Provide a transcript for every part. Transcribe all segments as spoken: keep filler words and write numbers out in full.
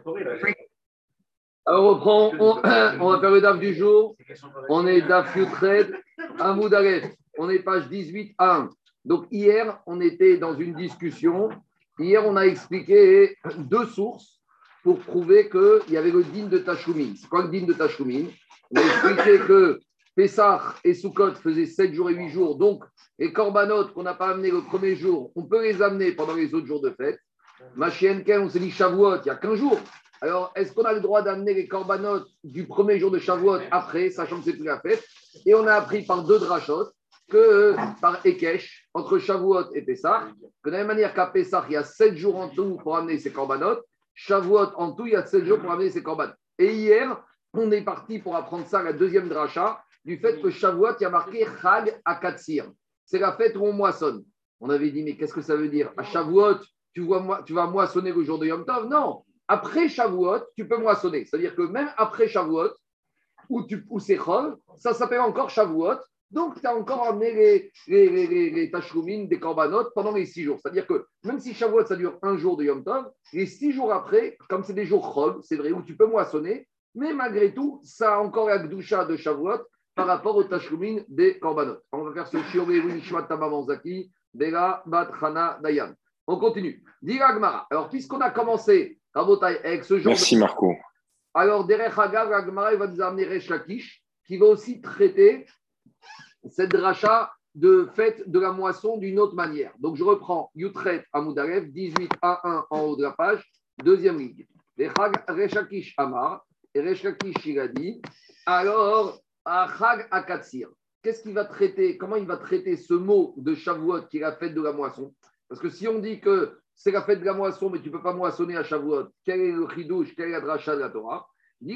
Alors, on reprend, on, on va faire le D A F du jour. On est D A F Yutred, Amoud Aleph. On est page dix-huit à un. Donc, hier, on était dans une discussion. Hier, on a expliqué deux sources pour prouver qu'il y avait le din de Tashlumin. C'est quoi le din de Tashlumin? On a expliqué que Pessah et Sukkot faisaient sept jours et huit jours. Donc, les korbanot qu'on n'a pas amenés le premier jour, on peut les amener pendant les autres jours de fête. Machienken, on s'est dit Shavuot, il y a quinze jours. Alors, est-ce qu'on a le droit d'amener les korbanot du premier jour de Shavuot après, sachant que c'est plus la fête? Et on a appris par deux drachot que par Ekesh, entre Shavuot et Pessah, que de la même manière qu'à Pessah, il y a sept jours en tout pour amener ces korbanot. Shavuot, en tout, il y a sept jours pour amener ces korbanot. Et hier, on est parti pour apprendre ça, la deuxième dracha, du fait que Shavuot, il y a marqué Chag Akatsir. C'est la fête où on moissonne. On avait dit, mais qu'est-ce que ça veut dire? À Shavuot, tu, vois, tu vas moissonner le jour de Yom Tov? Non. Après Shavuot, tu peux moissonner. C'est-à-dire que même après Shavuot, où, tu, où c'est Chol, ça s'appelle encore Shavuot. Donc, tu as encore amené les, les, les, les, les tachloumines des korbanot pendant les six jours. C'est-à-dire que même si Shavuot, ça dure un jour de Yom Tov, les six jours après, comme c'est des jours Chol, c'est vrai, où tu peux moissonner, mais malgré tout, ça a encore la gdoucha de Shavuot par rapport aux tachloumines des korbanot. On va faire ce shioré Nishmat Tamaman Zaki, Bela Bat Chana Dayan. On continue. Dira Gmara. Alors, puisqu'on a commencé Rabotai avec ce genre Merci de... Marco. Alors, Derech Hagav, la Gmara va nous amener Resh Lakish, qui va aussi traiter cette dracha de fête de la moisson d'une autre manière. Donc, je reprends Yutret Amoudarev, dix-huit à un en haut de la page, deuxième ligne. Resh Lakish Amar, et Resh Lakish il a dit, alors, Achag Akatsir. Qu'est-ce qu'il va traiter? Comment il va traiter ce mot de Shavuot qui est la fête de la moisson? Parce que si on dit que c'est la fête de la moisson, mais tu ne peux pas moissonner à Shavuot, quel est le chidouche, quelle est la dracha de la Torah?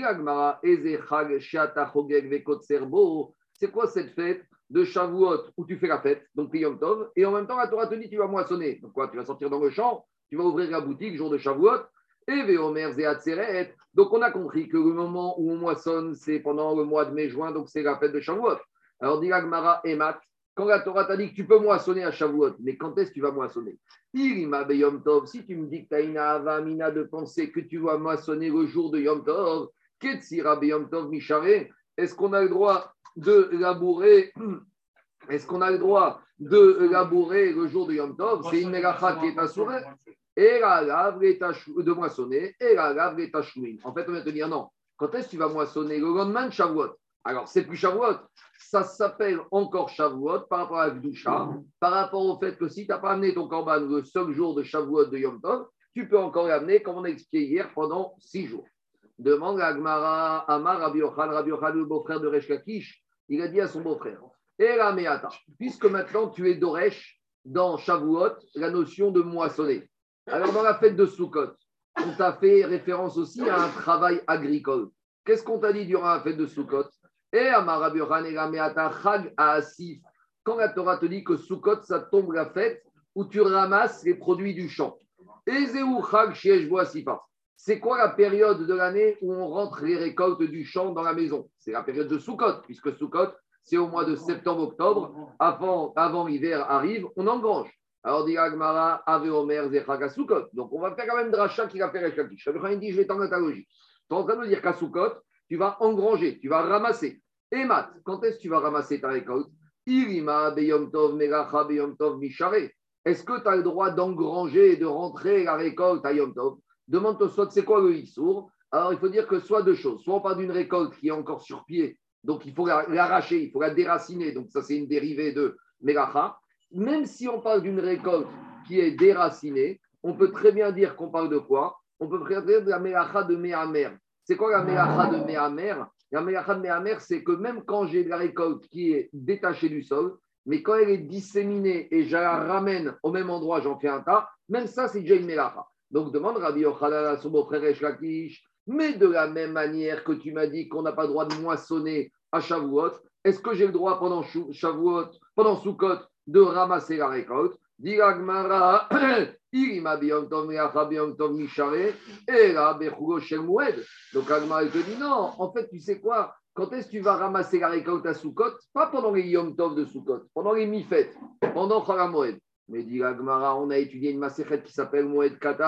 C'est quoi cette fête de Shavuot où tu fais la fête, donc Yom Tov, et en même temps la Torah te dit tu vas moissonner. Donc quoi, tu vas sortir dans le champ, tu vas ouvrir la boutique jour de Shavuot, et Veomer Zeatzeret. Donc on a compris que le moment où on moissonne, c'est pendant le mois de mai-juin, donc c'est la fête de Shavuot. Alors dit Gmara et Mat, quand la Torah t'a dit que tu peux moissonner à Shavuot, mais quand est-ce que tu vas moissonner? Irima be Yom Tov, si tu me dis que tu as une avamina de penser que tu vas moissonner le jour de Yom Tov, Ketsira be Yom Tov Mishare, est-ce qu'on a le droit de labourer? Est-ce qu'on a le droit de labourer le jour de Yom Tov? C'est une mélacha qui est assurée. Et la lave de moissonner, et la lave les tachouines. En fait, on va te dire non. Quand est-ce que tu vas moissonner? Le lendemain de Shavuot. Alors, c'est plus Shavuot. Ça s'appelle encore Shavuot par rapport à Gdusha, par rapport au fait que si tu n'as pas amené ton korban le seul jour de Shavuot de Yom Tov, tu peux encore l'amener, comme on a expliqué hier, pendant six jours. Demande à Gmara, Amar, Rabbi Yochanan, Rabbi Yochanan, le beau-frère de Resh Lakish, il a dit à son beau-frère, et la Meata, puisque maintenant tu es d'Oresh dans Shavuot, la notion de moissonner. Alors, dans la fête de Sukkot, on t'a fait référence aussi à un travail agricole. Qu'est-ce qu'on t'a dit durant la fête de Sukkot? Et Amar Rabbi Yochanan, et la Meata, Chag Asif. Quand la Torah te dit que Sukkot, ça tombe la fête où tu ramasses les produits du champ. Ezeu Chag Shiesh Bo Asifa. C'est quoi la période de l'année où on rentre les récoltes du champ dans la maison? C'est la période de Sukkot, puisque Sukkot, c'est au mois de septembre-octobre, avant, avant l'hiver arrive, on engrange. Alors, dit Agmara, Ave Omer, Zechaga Sukkot. Donc, on va faire quand même dracha qui va faire Eshkakish. Je vais dire, je vais t'en ta logique. Tu es en train de dire qu'à Sukkot, tu vas engranger, tu vas ramasser. Et Mat, quand est-ce que tu vas ramasser ta récolte? Irima, Beyom Tov, Megacha, Beyom Tov, Mishare. Est-ce que tu as le droit d'engranger et de rentrer la récolte à Yom Tov? Demande toi soit c'est quoi le Issour. Alors, il faut dire que soit deux choses. Soit on parle d'une récolte qui est encore sur pied, donc il faut l'arracher, il faut la déraciner. Donc, ça, c'est une dérivée de Melacha. Même si on parle d'une récolte qui est déracinée, on peut très bien dire qu'on parle de quoi? On peut très bien dire de la Melacha de Méhamer. C'est quoi la Melacha de Méhamer? La Melacha de Méhamer, c'est que même quand j'ai de la récolte qui est détachée du sol, mais quand elle est disséminée et je la ramène au même endroit, j'en fais un tas, même ça, c'est déjà une Melacha. Donc, demande Rabbi Yochanan à son beau-frère Resh Lakish, mais de la même manière que tu m'as dit qu'on n'a pas le droit de moissonner à Shavuot, est-ce que j'ai le droit pendant Shavuot, pendant Sukkot, de ramasser la récolte? Dira Gmara, Irima biyom tov me'acha biyom tov mishare, et là, bechugo shel moed. Donc, Gmara, il te dit non, en fait, tu sais quoi? Quand est-ce que tu vas ramasser la récolte à Sukkot? Pas pendant les Yom Tov de Sukkot, pendant les mi-fêtes, pendant Chol HaMoed. Mais dit la Gemara, on a étudié une maséchet qui s'appelle Moed Katan,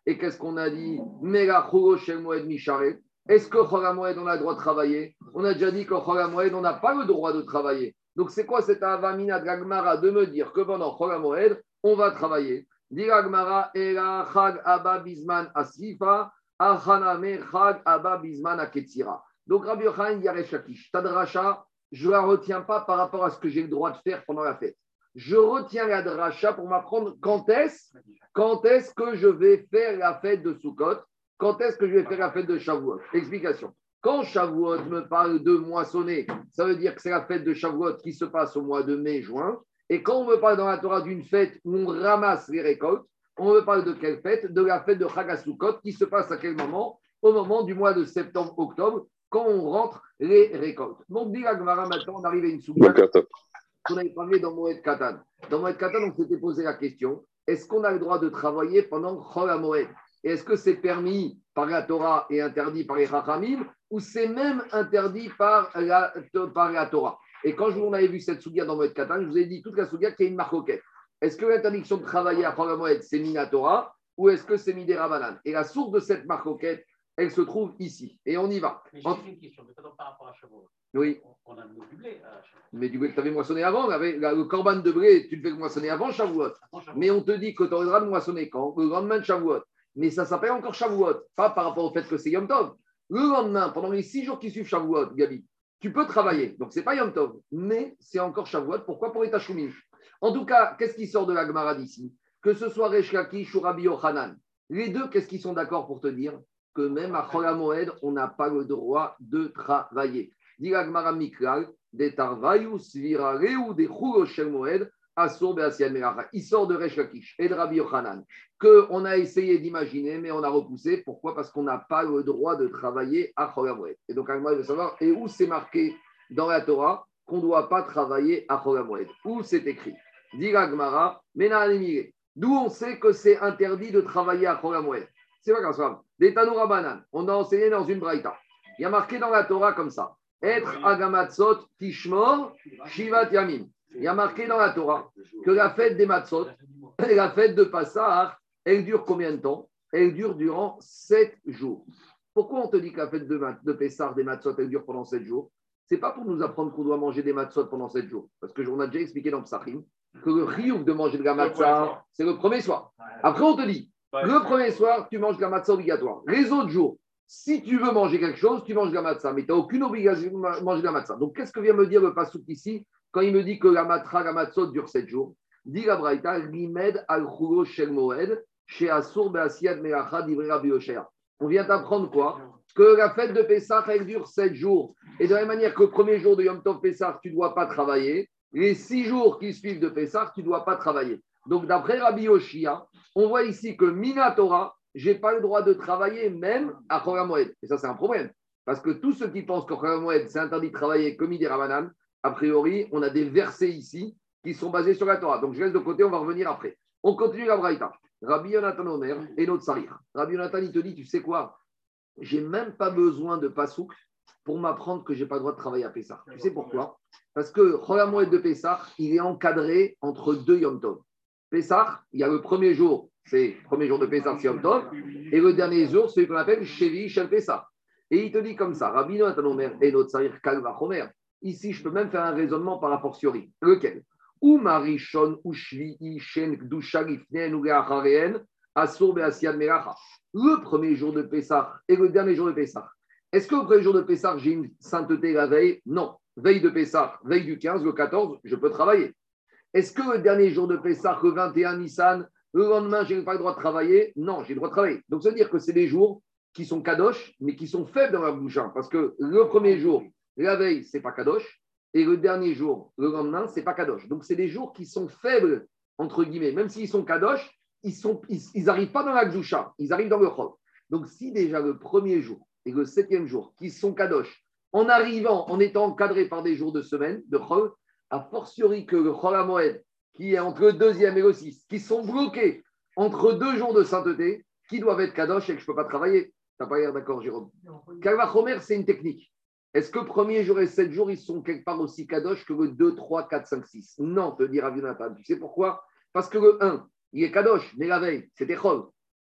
Et qu'est-ce qu'on a dit? Mela Cholo Shel Moed Mishare. Est-ce que Chol HaMoed, on a le droit de travailler? On a déjà dit que Chol HaMoed, on n'a pas le droit de travailler. Donc, c'est quoi cette avamina de l'Agmara de me dire que pendant Chol HaMoed, on va travailler? Dit l'Agmara, Ela Chag Abba Bisman Asifa, Achaname Chag Abba Bisman Aketzira. Donc, Rabbi Yochanan Yaresh Lakish, Tadracha, je ne la retiens pas par rapport à ce que j'ai le droit de faire pendant la fête. Je retiens la dracha pour m'apprendre quand est-ce, quand est-ce que je vais faire la fête de Sukkot. Quand est-ce que je vais faire la fête de Shavuot? Explication. Quand Shavuot me parle de moissonner, ça veut dire que c'est la fête de Shavuot qui se passe au mois de mai-juin. Et quand on me parle dans la Torah d'une fête où on ramasse les récoltes, on me parle de quelle fête? De la fête de Chag HaSukkot qui se passe à quel moment? Au moment du mois de septembre-octobre, quand on rentre les récoltes. Donc, dit la Gemara, maintenant, on arrive à une souga qu'on avait parlé dans Moed Katan. Dans Moed Katan, on s'était posé la question, est-ce qu'on a le droit de travailler pendant Chol HaMoed? Et est-ce que c'est permis par la Torah et interdit par les Chachamim, ou c'est même interdit par la, par la Torah? Et quand on avait vu cette souga dans Moed Katan, je vous ai dit toute la souga qu'il y a une marcoquette. Est-ce que l'interdiction de travailler à Chol HaMoed, c'est Mina Torah, ou est-ce que c'est Midera Banan? Et la source de cette marcoquette, elle se trouve ici. Et on y va. Mais j'ai en... une question, mais par rapport à Shavuot. Oui. On a du blé à Shavuot. Mais du blé que tu avais moissonné avant, avec le corban de blé, tu le fais moissonner avant Shavuot. Mais on te dit que tu auras le droit de moissonner quand? Le lendemain de Shavuot. Mais ça s'appelle encore Shavuot. Pas par rapport au fait que c'est Yom Tov. Le lendemain, pendant les six jours qui suivent Shavuot, Gabi, tu peux travailler. Donc, ce n'est pas Yom Tov. Mais c'est encore Shavuot. Pourquoi? Pour les Tachoumin. En tout cas, qu'est-ce qui sort de la Gemara d'ici? Que ce soit Resh Lakish ou Rabbi Yochanan. Les deux, qu'est-ce qu'ils sont d'accord pour te dire? Que même à Chol HaMoed, on n'a pas le droit de travailler. Dit la Gemara Mikral, des Tarvayu, Svirareu, des Chulo Shel Moed, Asur Be'asiad Melacha. Il sort de Resh Lakish et de Rabbi Yochanan, qu'on a essayé d'imaginer, mais on a repoussé. Pourquoi? Parce qu'on n'a pas le droit de travailler à Chol HaMoed. Et donc, Agmara veut savoir, et où c'est marqué dans la Torah qu'on ne doit pas travailler à Chol HaMoed? Où c'est écrit? Dit la Gemara, Mena Anemire. D'où on sait que c'est interdit de travailler à Chol HaMoed? C'est pas grave. Des Tanoura Banan, on a enseigné dans une braïta. Il y a marqué dans la Torah comme ça. Être agamatzot tishmor shivat yamim. Il y a marqué dans la Torah que la fête des matzot et la fête de Passah, elle dure combien de temps? Elle dure durant sept jours. Pourquoi on te dit que la fête de, de Pessah des matzot, elle dure pendant sept jours? Ce n'est pas pour nous apprendre qu'on doit manger des matzot pendant sept jours. Parce que on a déjà expliqué dans Psachim que le chiyuv de manger de la matzah, c'est le premier soir. Après, on te dit, le premier soir, tu manges de la matzah obligatoire. Les autres jours, si tu veux manger quelque chose, tu manges de la matzah, mais tu n'as aucune obligation de manger de la matzah. Donc, qu'est-ce que vient me dire le passouk ici quand il me dit que la matra, la matzah dure sept jours? Dit la braïta, limed al chulo shel moed, chez asur be'asiyad melacha divrei Rabbi Yoshea. On vient t'apprendre quoi? Que la fête de Pessah, elle dure sept jours. Et de la même manière que le premier jour de Yom Tov Pessah, tu ne dois pas travailler. Les six jours qui suivent de Pessah, tu ne dois pas travailler. Donc, d'après Rabbi Yoshia, on voit ici que Mina Torah, je n'ai pas le droit de travailler même à Chol HaMoed. Et ça, c'est un problème. Parce que tous ceux qui pensent qu'à Chol HaMoed, c'est interdit de travailler comme Midera Banan, a priori, on a des versets ici qui sont basés sur la Torah. Donc, je laisse de côté, on va revenir après. On continue la Braïta. Rabbi Yonatan Omer et notre Sarir. Rabbi Yonatan, il te dit, tu sais quoi? J'ai même pas besoin de Passouk pour m'apprendre que je n'ai pas le droit de travailler à Pessah. Tu sais pourquoi? Parce que Chol HaMoed de Pessah, il est encadré entre deux Yom Tov. Pessah, il y a le premier jour, c'est le premier jour de Pessah, c'est Yom Tov, et le dernier jour, c'est ce qu'on appelle Shevi Shel Pessah. Et il te dit comme ça, Rabbi Yonatan Omer et notre Sarir Kalva Chomer. Ici, je peux même faire un raisonnement par rapport fortiori. Lequel? Ou Marishon, ou Shvi'i, Shen, Gdusha, Gifnen, ou Geachareen, Asur, Be'asiad, Melacha. Le premier jour de Pessah et le dernier jour de Pessah. Est-ce que le premier jour de Pessah, j'ai une sainteté la veille? Non. Veille de Pessah, veille du quinze, le quatorze, je peux travailler. Est-ce que le dernier jour de Pessah, le vingt et un Nissan, le lendemain, je n'ai pas le droit de travailler? Non, j'ai le droit de travailler. Donc, ça veut dire que c'est des jours qui sont kadosh, mais qui sont faibles dans leur bouche. Parce que le premier jour, la veille, ce n'est pas kadosh. Et le dernier jour, le lendemain, ce n'est pas kadosh. Donc, c'est des jours qui sont faibles, entre guillemets. Même s'ils sont kadosh, ils n'arrivent ils, pas dans la gdusha, ils arrivent dans le chol. Donc, si déjà le premier jour et le septième jour, qui sont kadosh, en arrivant, en étant encadrés par des jours de semaine, de chol, a fortiori que le chol HaMoed, qui est entre le deuxième et le six, qui sont bloqués entre deux jours de sainteté, qui doivent être kadosh et que je ne peux pas travailler. Tu n'as pas l'air d'accord, Jérôme? Kalva Chomer, c'est une technique. Est-ce que le premier jour et sept jours, ils sont quelque part aussi kadosh que le deux, trois, quatre, cinq, six? Non, te dit Rav Yonatan. Tu sais pourquoi? Parce que le un, il est kadosh, mais la veille, c'était chol.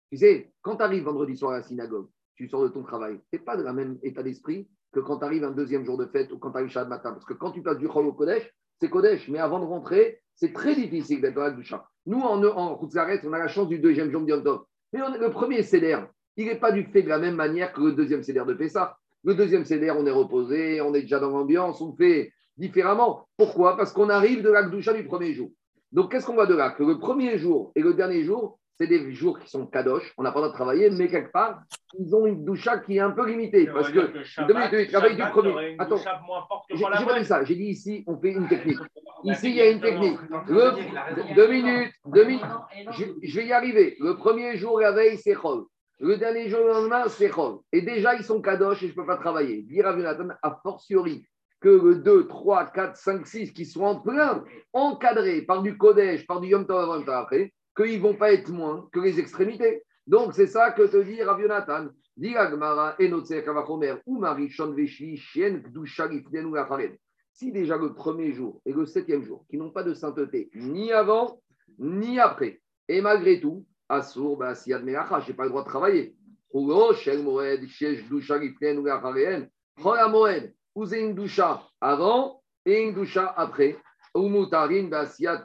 Tu sais, quand tu arrives vendredi soir à la synagogue, tu sors de ton travail, tu n'es pas dans le même état d'esprit que quand tu arrives un deuxième jour de fête ou quand tu arrives Shabbat matin. Parce que quand tu passes du Chol au Kodesh, c'est Kodesh. Mais avant de rentrer, c'est très difficile d'être dans la doucha. Nous, en, en Koutzaret, on a la chance du deuxième jour de Yom Tov. Mais on, le premier Seder, il n'est pas du fait de la même manière que le deuxième Seder de Pessah. Le deuxième Seder, on est reposé, on est déjà dans l'ambiance, on fait différemment. Pourquoi? Parce qu'on arrive de la doucha du premier jour. Donc, qu'est-ce qu'on voit de là? Que le premier jour et le dernier jour, c'est des jours qui sont kadosh, on n'a pas le droit de travailler, mais quelque part, ils ont une doucha qui est un peu limitée. Ça Parce veut que, dire que Shabbat, le travail du Shabbat, premier. t'aurais une Attends, doucha moins forte que j'ai pour la j'ai pas dit moelle. ça. J'ai dit ici, on fait une technique. Bah, Ici, il y a une technique. Le, deux minutes, deux minutes. Je, je vais y arriver. Le premier jour, la veille, c'est chol. Le dernier jour, le lendemain, c'est chol. Et déjà, ils sont kadosh et je ne peux pas travailler. Dire à Jonathan, a fortiori, que le deux, trois, quatre, cinq, six qui sont en plein, encadrés par du Kodesh, par du Yom Tov avant, Yom Tov après, qu'ils ne vont pas être moins que les extrémités. Donc, c'est ça que te dit Rav Yonatan. Dit Agmara, Enotzer Kavachomer, ou Marishon Veshi, Shien, Gdusha, Gifnen ou Lacharen. Si déjà le premier jour et le septième jour, qui n'ont pas de sainteté, ni avant, ni après, et malgré tout, Assour, bah, Siad Melacha, je n'ai pas le droit de travailler. Chugo, Shel Moed, Shesh, Gdusha, Gifnen ou Lacharen, Chola Moed, ou c'est une doucha avant et une doucha après. Umutarin, Basiat,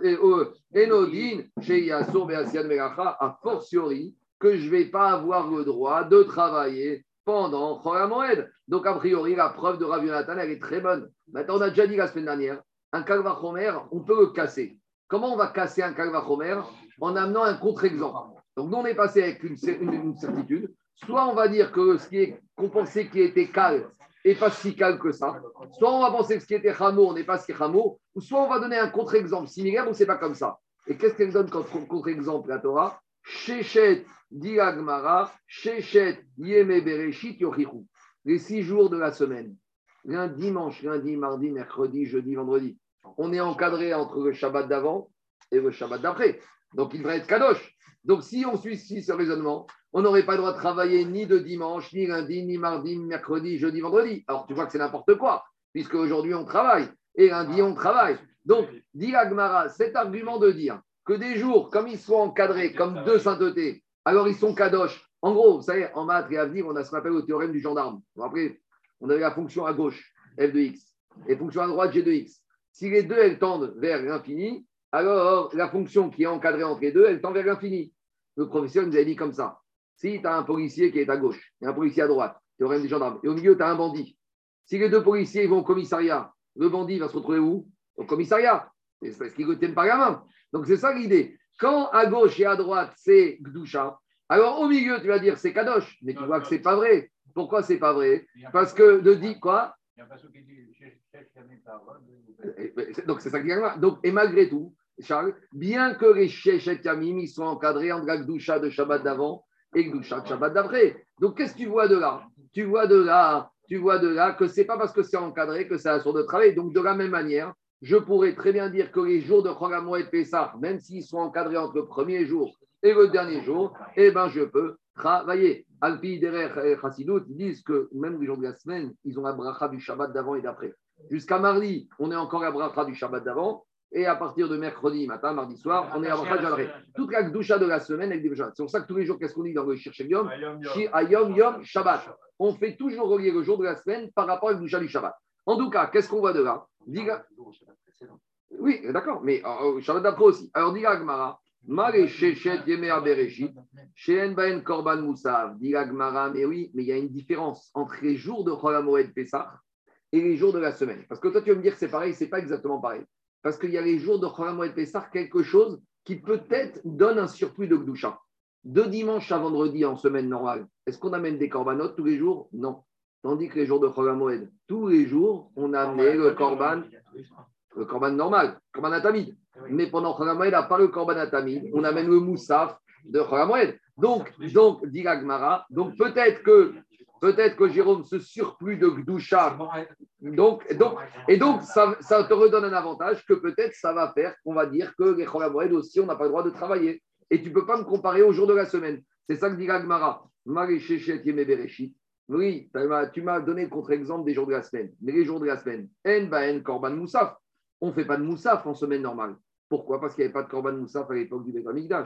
Enodin, chez Yassour, Basiat Melacha, a fortiori que je ne vais pas avoir le droit de travailler pendant Chol Moed. Donc, a priori, la preuve de Rav Yonatan, elle est très bonne. Maintenant, on a déjà dit la semaine dernière, un Kalvachomer, on peut le casser. Comment on va casser un Kalvachomer? En amenant un contre-exemple. Donc, nous, on est passé avec une, une, une certitude. Soit on va dire que ce qui est qu'on pensait qui était calme n'est pas si calme que ça. Soit on va penser que ce qui était chameau n'est pas ce qui est chameau. Ou soit on va donner un contre-exemple similaire ou c'est pas comme ça. Et qu'est-ce qu'elle donne comme contre-exemple, la Torah? Shechet diagmara, Shechet yeme bereshit yochichu. Les six jours de la semaine. Lundi, dimanche, lundi, mardi, mercredi, jeudi, vendredi. On est encadré entre le Shabbat d'avant et le Shabbat d'après. Donc il devrait être kadosh. Donc si on suit ce raisonnement, on n'aurait pas le droit de travailler ni de dimanche, ni lundi, ni mardi, ni mercredi, jeudi, vendredi. Alors tu vois que c'est n'importe quoi, puisque aujourd'hui on travaille et lundi on travaille. Donc, dit Agmara, cet argument de dire que des jours, comme ils sont encadrés comme deux saintetés, alors ils sont kadosh. En gros, vous savez, en maths et à venir, on a ce qu'on appelle le théorème du gendarme. Vous vous rappelez, on avait la fonction à gauche, f de x, et fonction à droite, g de x. Si les deux, elles tendent vers l'infini, alors la fonction qui est encadrée entre les deux, elle tend vers l'infini. Le professeur nous avait dit comme ça. Si tu as un policier qui est à gauche et un policier à droite, théorème du gendarme, et au milieu, tu as un bandit. Si les deux policiers vont au commissariat, le bandit va se retrouver où? Au commissariat. C'est parce qu'ils ne tiennent pas la main. Donc, c'est ça l'idée. Quand à gauche et à droite, c'est Gdusha, alors au milieu, tu vas dire c'est Kadosh. Mais tu vois que ce n'est pas vrai. Pourquoi ce n'est pas vrai? Parce que de dit quoi? Donc, c'est ça qui est. Donc, et malgré tout, Charles, bien que les Shechet Yamim, ils sont encadrés entre la Gdusha de Shabbat d'avant et Gdusha de Shabbat d'après. Donc, qu'est-ce que tu vois de là? Tu vois de là, tu vois de là que ce n'est pas parce que c'est encadré que c'est un jour de travail. Donc, de la même manière, je pourrais très bien dire que les jours de Chol HaMoed Pessah, même s'ils sont encadrés entre le premier jour et le dernier jour, eh ben, je peux travailler. Alpi Derer Chassidut, ils disent que même les jours de la semaine, ils ont la bracha du Shabbat d'avant et d'après. Jusqu'à mardi, on est encore à la bracha du Shabbat d'avant. Et à partir de mercredi matin, mardi soir, on est à bracha du Shabbat. Toute la Gdusha de la semaine avec des Shabbat. C'est pour ça que tous les jours, qu'est-ce qu'on dit dans le Shir Yom? Ayom Yom Shabbat. On fait toujours relier le jour de la semaine par rapport à la Gdusha du Shabbat. En tout cas, qu'est-ce qu'on voit de là? Diga... Oui, d'accord, mais euh, Shabbat d'après aussi. Alors, dit Agmara, Mare Shechet Yemea Bereshit, Sheen Baen Korban Moussav, dit Agmara, mais oui, mais il y a une différence entre les jours de Chol HaMoed Pessah et les jours de la semaine. Parce que toi, tu vas me dire que c'est pareil, c'est pas exactement pareil. Parce qu'il y a les jours de Chol HaMoed Pessah, quelque chose qui peut-être donne un surplus de Gdusha. De dimanche à vendredi en semaine normale, est-ce qu'on amène des corbanotes tous les jours? Non. Tandis que les jours de Chol HaMoed, tous les jours, on a amené le korban, le korban normal, le korban atamid. Mais pendant Chol HaMoed, à part le korban atamid, on amène le moussaf de Chol HaMoed. Donc, donc, dit Agmara, donc peut-être que, peut-être que Jérôme, ce surplus de Gdusha, donc, donc, et donc ça, ça te redonne un avantage que peut-être ça va faire qu'on va dire que les Chol HaMoed aussi, on n'a pas le droit de travailler. Et tu ne peux pas me comparer aux jours de la semaine. C'est ça que dit Agmara. Oui, tu m'as donné le contre-exemple des jours de la semaine. Mais les jours de la semaine, En Baen Korban Moussaf. On ne fait pas de Moussaf en semaine normale. Pourquoi? Parce qu'il n'y avait pas de Korban Moussaf à l'époque du Beth Amikdash.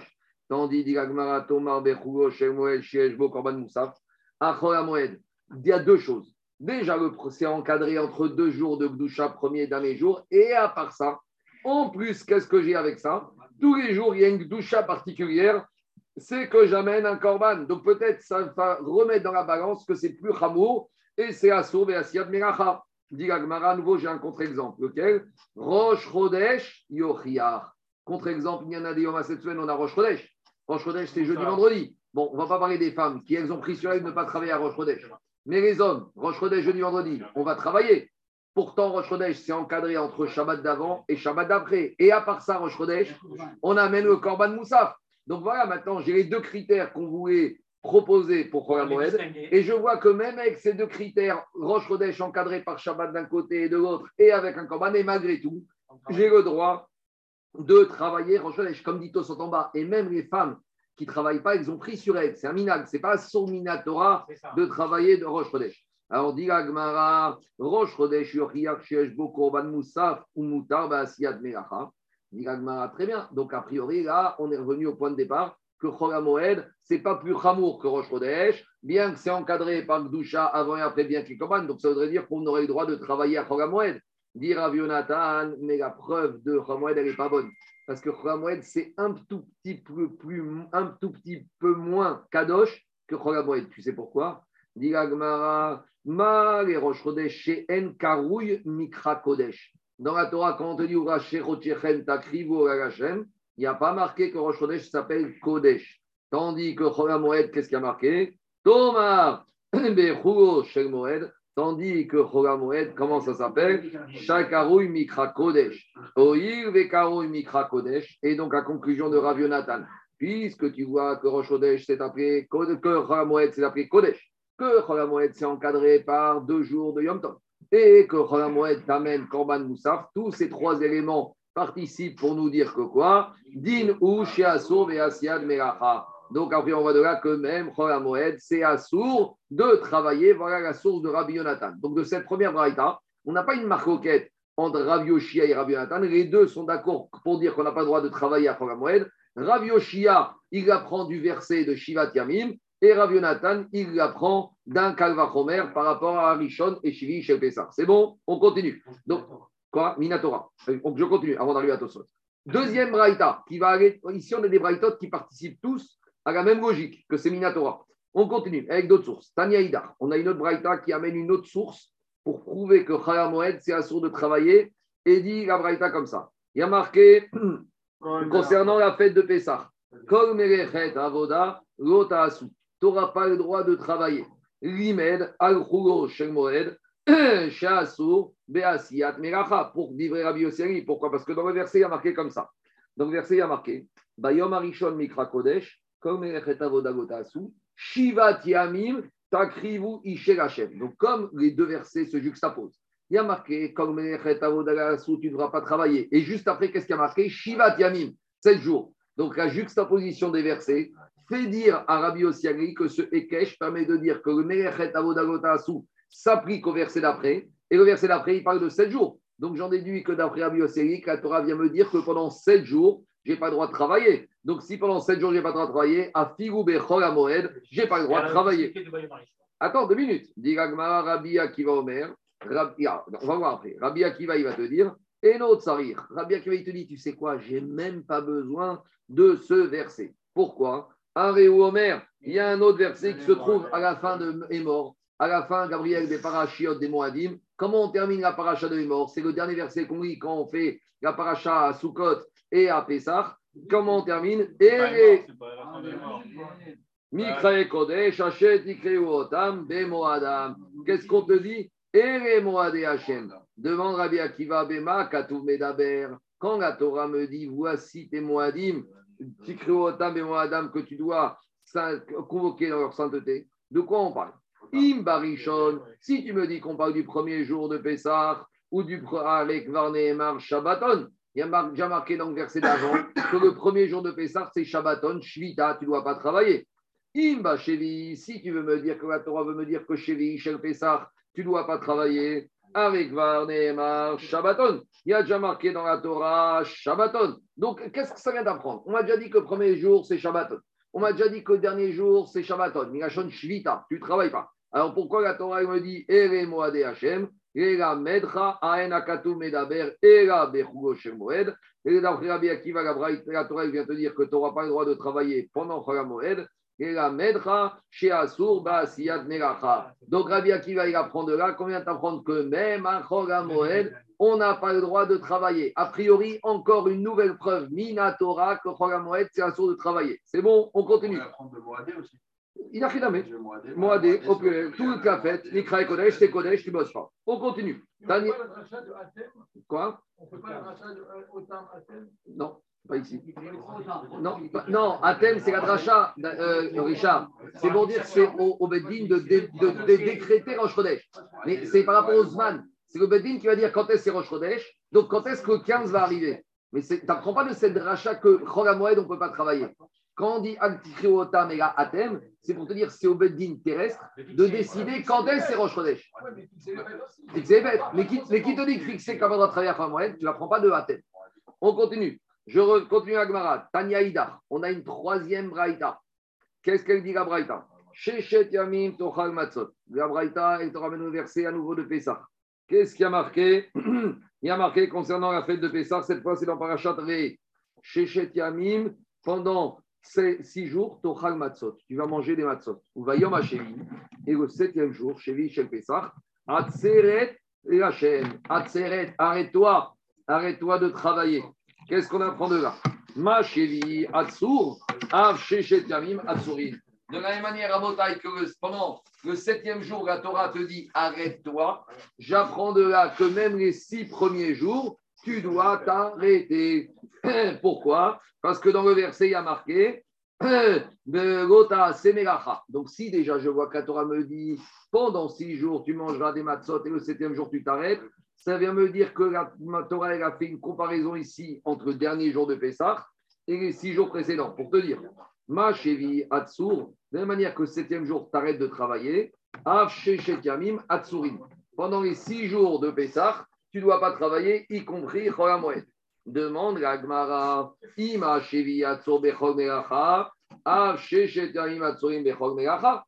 Tandis dit l'Agmara, Tomar Bechugo, Shel Moed, Shieshbo, Korban Moussaf. Achol Moed. Il y a deux choses. Déjà, le c'est encadré entre deux jours de Gdusha, premier et dernier jour. Et à part ça, en plus, qu'est-ce que j'ai avec ça? Tous les jours, il y a une Gdusha particulière. C'est que j'amène un Korban. Donc peut-être ça va remettre dans la balance que c'est plus Hamour et c'est Assour et Asiyad Melacha. Dit l'Agmara, à nouveau, j'ai un contre-exemple. Lequel? Rosh Chodesh Yochiach. Contre-exemple, il y en a des Yom cette semaine, on a Rosh Chodesh. Rosh Chodesh, c'est jeudi, vendredi. Bon, on ne va pas parler des femmes qui, elles, ont pris sur elles de ne pas travailler à Rosh Chodesh. Mais les hommes, Rosh Chodesh, jeudi, vendredi, on va travailler. Pourtant, Rosh Chodesh, c'est encadré entre Shabbat d'avant et Shabbat d'après. Et à part ça, Rosh Chodesh, on amène le Korban Moussaf. Donc voilà, maintenant, j'ai les deux critères qu'on voulait proposer pour Chol HaMoed. Et je vois que même avec ces deux critères, Rosh Chodesh encadré par Shabbat d'un côté et de l'autre, et avec un Korban, et malgré tout, j'ai le droit de travailler Rosh Chodesh, comme dit Tosot en bas. Et même les femmes qui ne travaillent pas, elles ont pris sur elles. C'est un minag, ce n'est pas son minatora de travailler de Rosh Chodesh. Alors, dit l'Agmara, Rosh Chodesh, Yochiach, Shieshbo, Korban Moussaf, ou Moutar, Ba'asiyat Melacha. Dit l'Agmara, très bien. Donc, a priori, là, on est revenu au point de départ que Chol HaMoed, ce n'est pas plus Hamour que Rosh Chodesh, bien que c'est encadré par Gdusha avant et après, bien qu'il Korban. Donc, ça voudrait dire qu'on aurait le droit de travailler à Chol HaMoed. Dit Rav Yonatan, mais la preuve de Chol HaMoed, elle n'est pas bonne. Parce que Chol HaMoed, c'est un tout petit peu plus, un tout petit peu moins kadosh que Chol HaMoed. Tu sais pourquoi? Dit l'Agmara, Ma les Rosh Chodesh chez En Karouy Mikra Kodesh. Dans la Torah, quand on te dit Uraché Rochechen Takrivu Ragachem, il n'y a pas marqué que Rosh Chodesh s'appelle Kodesh. Tandis que Chol HaMoed, qu'est-ce qu'il y a marqué? Tomar Bechugo Shel Moed. Tandis que Chol HaMoed, comment ça s'appelle? Shakarouy Mikra Kodesh. Oir Vekarouy Mikra Kodesh. Et donc, la conclusion de Rav Yonatan, puisque tu vois que Rosh Chodesh s'est appelé, que Chol HaMoed s'est appelé Kodesh, que Chol HaMoed s'est encadré par deux jours de Yom Tov, et que Chol HaMoed t'amène Korban Moussaf, tous ces trois éléments participent pour nous dire que quoi? Din ou Sheasur et Asiyad Melacha. Donc après, on voit de là que même Chol HaMoed, c'est assour de travailler. Voilà la source de Rabbi Yonatan. Donc de cette première braïta, on n'a pas une marcoquette entre Rav Yoshia et Rabbi Yonatan. Les deux sont d'accord pour dire qu'on n'a pas le droit de travailler à Chol HaMoed. Rav Yoshia, il apprend du verset de Shivat Yamim. Et Rav Yonatan, il l'apprend d'un Kalvachomer par rapport à Rishon et Shivi chez Pessah. C'est bon? On continue. Donc, quoi? Minatora. Donc, je continue avant d'arriver à Tosot. Deuxième braïta, qui va aller. Ici, on a des braïtotes qui participent tous à la même logique que c'est Minatora. On continue avec d'autres sources. Tania Idar. On a une autre braïta qui amène une autre source pour prouver que Chol HaMoed, c'est assour de travailler. Et dit la braïta comme ça. Il y a marqué concernant la fête de Pessah. Kol melechet avoda lota asu. Tu n'auras pas le droit de travailler. Limed, al-Chugo, Shel Moed, Sheasur, Be'asiyat Melacha, pour livrer Rabbi Yossi. Pourquoi? Parce que dans le verset, il y a marqué comme ça. Dans le verset, il y a marqué Bayom Arishon Mikra Kodesh, Kol Melechet Avoda Gota Asu, Shivat Yamim, Takrivu Ishel Hashem. Donc, comme les deux versets se juxtaposent, il y a marqué Kol Melechet Avoda Asu, tu ne devras pas travailler. Et juste après, qu'est-ce qu'il y a marqué? Shivat Yamim, sept jours. Donc, la juxtaposition des versets fait dire à Rabbi Yossi que ce Ekesh permet de dire que le Melechet Avoda Gota Asu s'applique au verset d'après, et le verset d'après, il parle de sept jours. Donc j'en déduis que d'après Rabbi Yossi, la Torah vient me dire que pendant sept jours, je n'ai pas le droit de travailler. Donc si pendant sept jours, je n'ai pas le droit de travailler, à Figou Bechol HaMoed, je n'ai pas le droit de travailler. Attends deux minutes. Dit Gagmara, Rabbi Akiva Omer, Rabbi, ah, on va voir après. Rabbi Akiva, il va te dire, et notre Sarir. Rabbi Akiva, il te dit, tu sais quoi, je n'ai même pas besoin de ce verset. Pourquoi? Aréou Omer, il y a un autre verset qui se trouve à la fin de Hémor. À la fin, Gabriel, des parachiotes des Moadim. Comment on termine la paracha de Hémor? C'est le dernier verset qu'on lit quand on fait la paracha à Sukkot et à Pessah. Comment on termine? Et Mikra Kodesh, Hachet, Ikreu Otam, Be Moadam. Qu'est-ce qu'on te dit? Ere Moadé Hachem. Demande Rabbi Akiva, Bema, Katou Medaber. Quand la Torah me dit, voici tes Moadim, Ikreu Otam, Be Moadam, que tu dois convoquer dans leur sainteté. De quoi on parle? Im Barishon, si tu me dis qu'on parle du premier jour de Pessah ou du avec Varneemar Shabbaton, il y a déjà marqué dans le verset d'avant que le premier jour de Pessah c'est Shabbaton, Shvita, tu ne dois pas travailler. Im Bachevi, si tu veux me dire que la Torah veut me dire que Chevi, Shel Pessah, tu ne dois pas travailler. Avec Varnemar Shabbaton. Il y a déjà marqué dans la Torah Shabbaton. Donc, qu'est-ce que ça vient d'apprendre? On m'a déjà dit que le premier jour, c'est Shabbaton. On m'a déjà dit que le dernier jour, c'est Shabbaton. Migashon Shvita, tu ne travailles pas. Alors, pourquoi la Torah me dit Ere Moade Hashem, Ela Medcha, Aen Akatu Medaber, Ela Bechugo Shemoed. Et d'après Rabbi Akiva, la Torah vient te dire que tu n'auras pas le droit de travailler pendant Chol HaMoed. Et la Medcha, chez Asur, Baasiyat Melacha. Donc Rabbi Akiva, il apprend de là, combien t'apprendre que même à Chol HaMoed, on n'a pas le droit de travailler. A priori, encore une nouvelle preuve, Mina Torah, que Chol HaMoed, c'est Asur de travailler. C'est bon, on continue. On peut apprendre de Moadé aussi. Il a fait Moadé, tout le café, Nikra et Kodesh, c'est Kodesh, tu bosses pas. On continue. Tani... Quoi? On ne peut pas le rachat de Otam Athènes? Non. Pas ici. Non, pas, non, Athènes, c'est la dracha, euh, Richard. C'est pour dire que c'est au, au Beddin de, de, de, de décréter Rosh Chodesh. Mais c'est par rapport aux Zman. C'est le Beddin qui va dire quand est-ce que c'est Rosh Chodesh, donc quand est-ce que le quinze va arriver. Mais tu n'apprends pas de cette dracha que Chol HaMoed, on ne peut pas travailler. Quand on dit Al-Tikriyotam et la Athènes, c'est pour te dire que c'est au Beddin terrestre de décider quand est-ce que c'est Rosh Chodesh. Mais qui, mais qui te dit que fixer quand on doit travailler à Chol HaMoed, tu ne l'apprends pas de Athènes. On continue. Je continue à Gemara. Tanya Ida. On a une troisième braïta. Qu'est-ce qu'elle dit la braïta? Shechet Yamim Tochal Matzot. La braïta, elle te ramène au verset à nouveau de Pessah. Qu'est-ce qui a marqué? Il y a marqué concernant la fête de Pessah. Cette fois, c'est dans Parashat Ré. Shechet Yamim, pendant ces six jours, Tochal Matzot. Tu vas manger des matzot. Ou Vayom Hashevi. Et le septième jour, Shevi Shel Pessah. Atzeret et Hachem. Atzeret, arrête-toi. Arrête-toi de travailler. Qu'est-ce qu'on apprend de là? Ma chevi atsur, av shechet yamim atsurin. De la même manière, à Botaï, que le, pendant le septième jour, la Torah te dit arrête-toi. J'apprends de là que même les six premiers jours, tu dois t'arrêter. Pourquoi? Parce que dans le verset, il y a marqué donc si déjà je vois que la Torah me dit pendant six jours, tu mangeras des matzot et le septième jour, tu t'arrêtes. Ça vient me dire que la Torah elle a fait une comparaison ici entre le dernier jour de Pessah et les six jours précédents. Pour te dire, Ma Shevi Atsur, de la même manière que le septième jour, tu arrêtes de travailler, Av Shechet Yamim Atsurim. Pendant les six jours de Pessah, tu ne dois pas travailler, y compris Chol HaMoed. Demande la Gemara, Ima Shevi Atsur Bechol Melacha, Av Shechet Yamim Atsurim Bechol Melacha.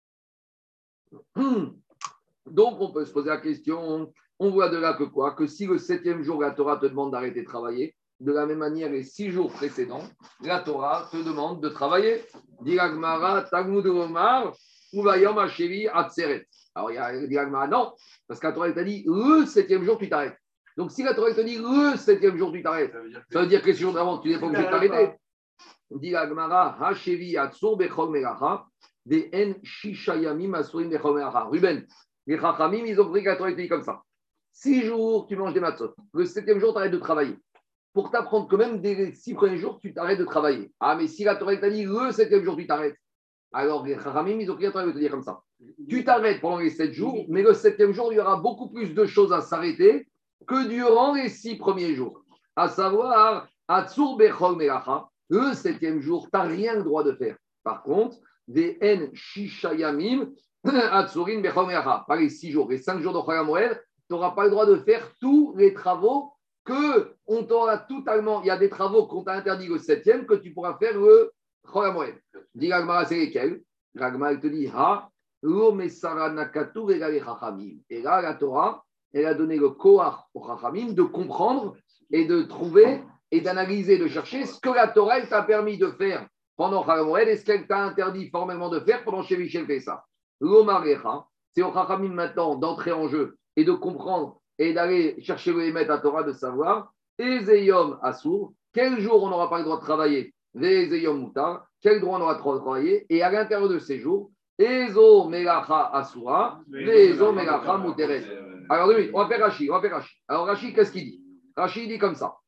Donc, on peut se poser la question. On voit de là que quoi? Que si le septième jour, la Torah te demande d'arrêter de travailler, de la même manière, les six jours précédents, la Torah te demande de travailler. Diragmara, Talmud Omar, Uvayom Hashevi, Atzeret. Alors, il y a Diragmara, non, parce que la Torah t'a dit le septième jour, tu t'arrêtes. Donc, si la Torah te dit le septième jour, tu t'arrêtes, ça veut dire que les six jours d'avant, tu n'es pas obligé de t'arrêter. Diragmara, Hashevi, Atzur, Bechol Melacha, des En Shishayamim, Asurim, Bechol Melacha. Ruben, les Chachamim, ils ont pris que la Torah te dit comme ça. Six jours, tu manges des matzot. Le septième jour, tu arrêtes de travailler. Pour t'apprendre que même dès les six premiers jours, tu t'arrêtes de travailler. Ah, mais si la Torah t'a dit le septième jour, tu t'arrêtes. Alors, les Chachamim, ils ont pris la Torah te dire comme ça. Tu t'arrêtes pendant les sept jours, mais le septième jour, il y aura beaucoup plus de choses à s'arrêter que durant les six premiers jours. À savoir, Atsur Bechol Melacha, le septième jour, tu n'as rien le droit de faire. Par contre, des En Shishayamim, Atsurin Bechol Melacha, pas les six jours, les cinq jours de Chol HaMoed, tu n'auras pas le droit de faire tous les travaux que on t'aura totalement. Il y a des travaux qu'on t'a interdit le septième que tu pourras faire le Chol HaMoed. Dis l'Agmara, c'est lesquels? L'Agmara, elle te dit Ha, Lo Mesara Nakatu Regale Chachamim. Et là, la Torah, elle a donné le Koach au Chachamim de comprendre et de trouver et d'analyser, de chercher ce que la Torah elle t'a permis de faire pendant Chol HaMoed et ce qu'elle t'a interdit formellement de faire pendant Shevi Shel Pessah. Lo Marecha, c'est au Chachamim maintenant d'entrer en jeu et de comprendre et d'aller chercher le Emet à Torah, de savoir, Ezeyom Assour, quel jour on n'aura pas le droit de travailler, Ezeyom Moutar, quel droit on aura le droit de travailler, et à l'intérieur de ces jours, Ezo Melacha Asura, Ezo Melacha Mouteret. Alors, deux minutes, on va faire Rashi, on va faire Rashi. Alors, Rashi, qu'est-ce qu'il dit? Rashi dit comme ça.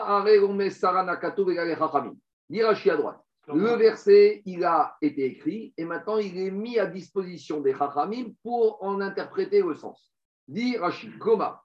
Dit Rashi à droite. Le verset, il a été écrit et maintenant il est mis à disposition des Chachamim pour en interpréter le sens. Dit Rashi, Koma,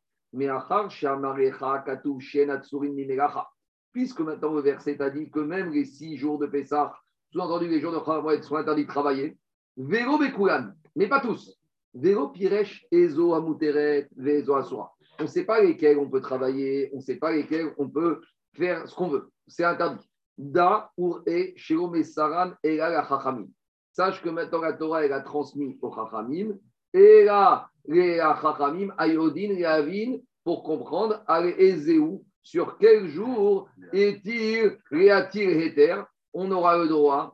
puisque maintenant le verset a dit que même les six jours de Pessah, sous-entendu les jours de Chol HaMoed sont interdits de travailler, Vélo Bekulan, mais pas tous. Vélo Piresh, Ezo Amuteret, Vezo Asura. On ne sait pas lesquels on peut travailler, on ne sait pas lesquels on peut faire ce qu'on veut. C'est interdit. Da, Ur, E, Shelo, Mesaran, et là, la Chachamim. Sache que maintenant la Torah, elle a transmis aux Chachamim. Et là, les Chachamim, Ayodin, les Avin, pour comprendre, allez, Ezeu, sur quel jour est-il réatil Heter, on aura le droit,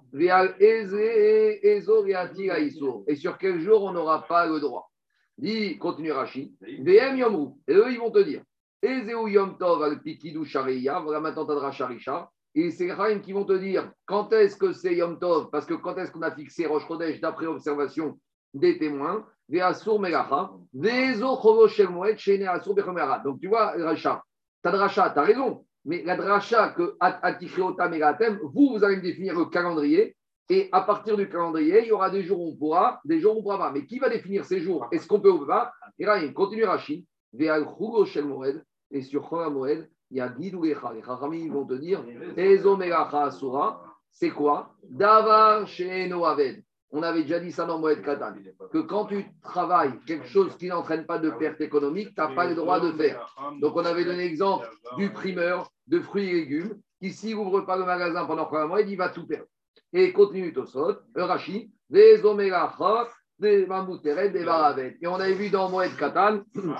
et sur quel jour on n'aura pas le droit. Dit, continue Rashi, V M Yomru, et eux ils vont te dire, Ezeu Yom Tov al Pikidou Sharia, voilà maintenant Tadra Sharisha, et c'est les Chaim qui vont te dire quand est-ce que c'est Yom Tov, parce que quand est-ce qu'on a fixé Rosh Chodesh d'après observation des témoins, Ve'asur Melacha, Ve'ezo Chovo Shel Moed, Shene Asur Bechomera. Donc tu vois, Racha, Tadracha, tu as raison. Mais la dracha que Atikreotam et Gatem, vous, vous allez me définir le calendrier. Et à partir du calendrier, il y aura des jours où on pourra, des jours où on ne pourra pas. Mais qui va définir ces jours? Est-ce qu'on peut ou pas? Et là, il continue Rashi. Ve'al Chugo Shel Moed. Et sur Chol Moed, il y a Gidou Lecha. Les Chachamim vont te dire Ezo Melacha Asura. C'est quoi? Davar She'eno Aved. On avait déjà dit ça dans Moed Katan, que quand tu travailles quelque chose qui n'entraîne pas de perte économique, tu n'as pas le droit de faire. Donc on avait donné l'exemple du primeur de fruits et légumes, qui s'il n'ouvre pas le magasin pendant trois mois, il va tout perdre. Et continue Tosot, Rashi, des Omégacha, des Mambouteret, des Baravet. Et on avait vu dans Moed Katan,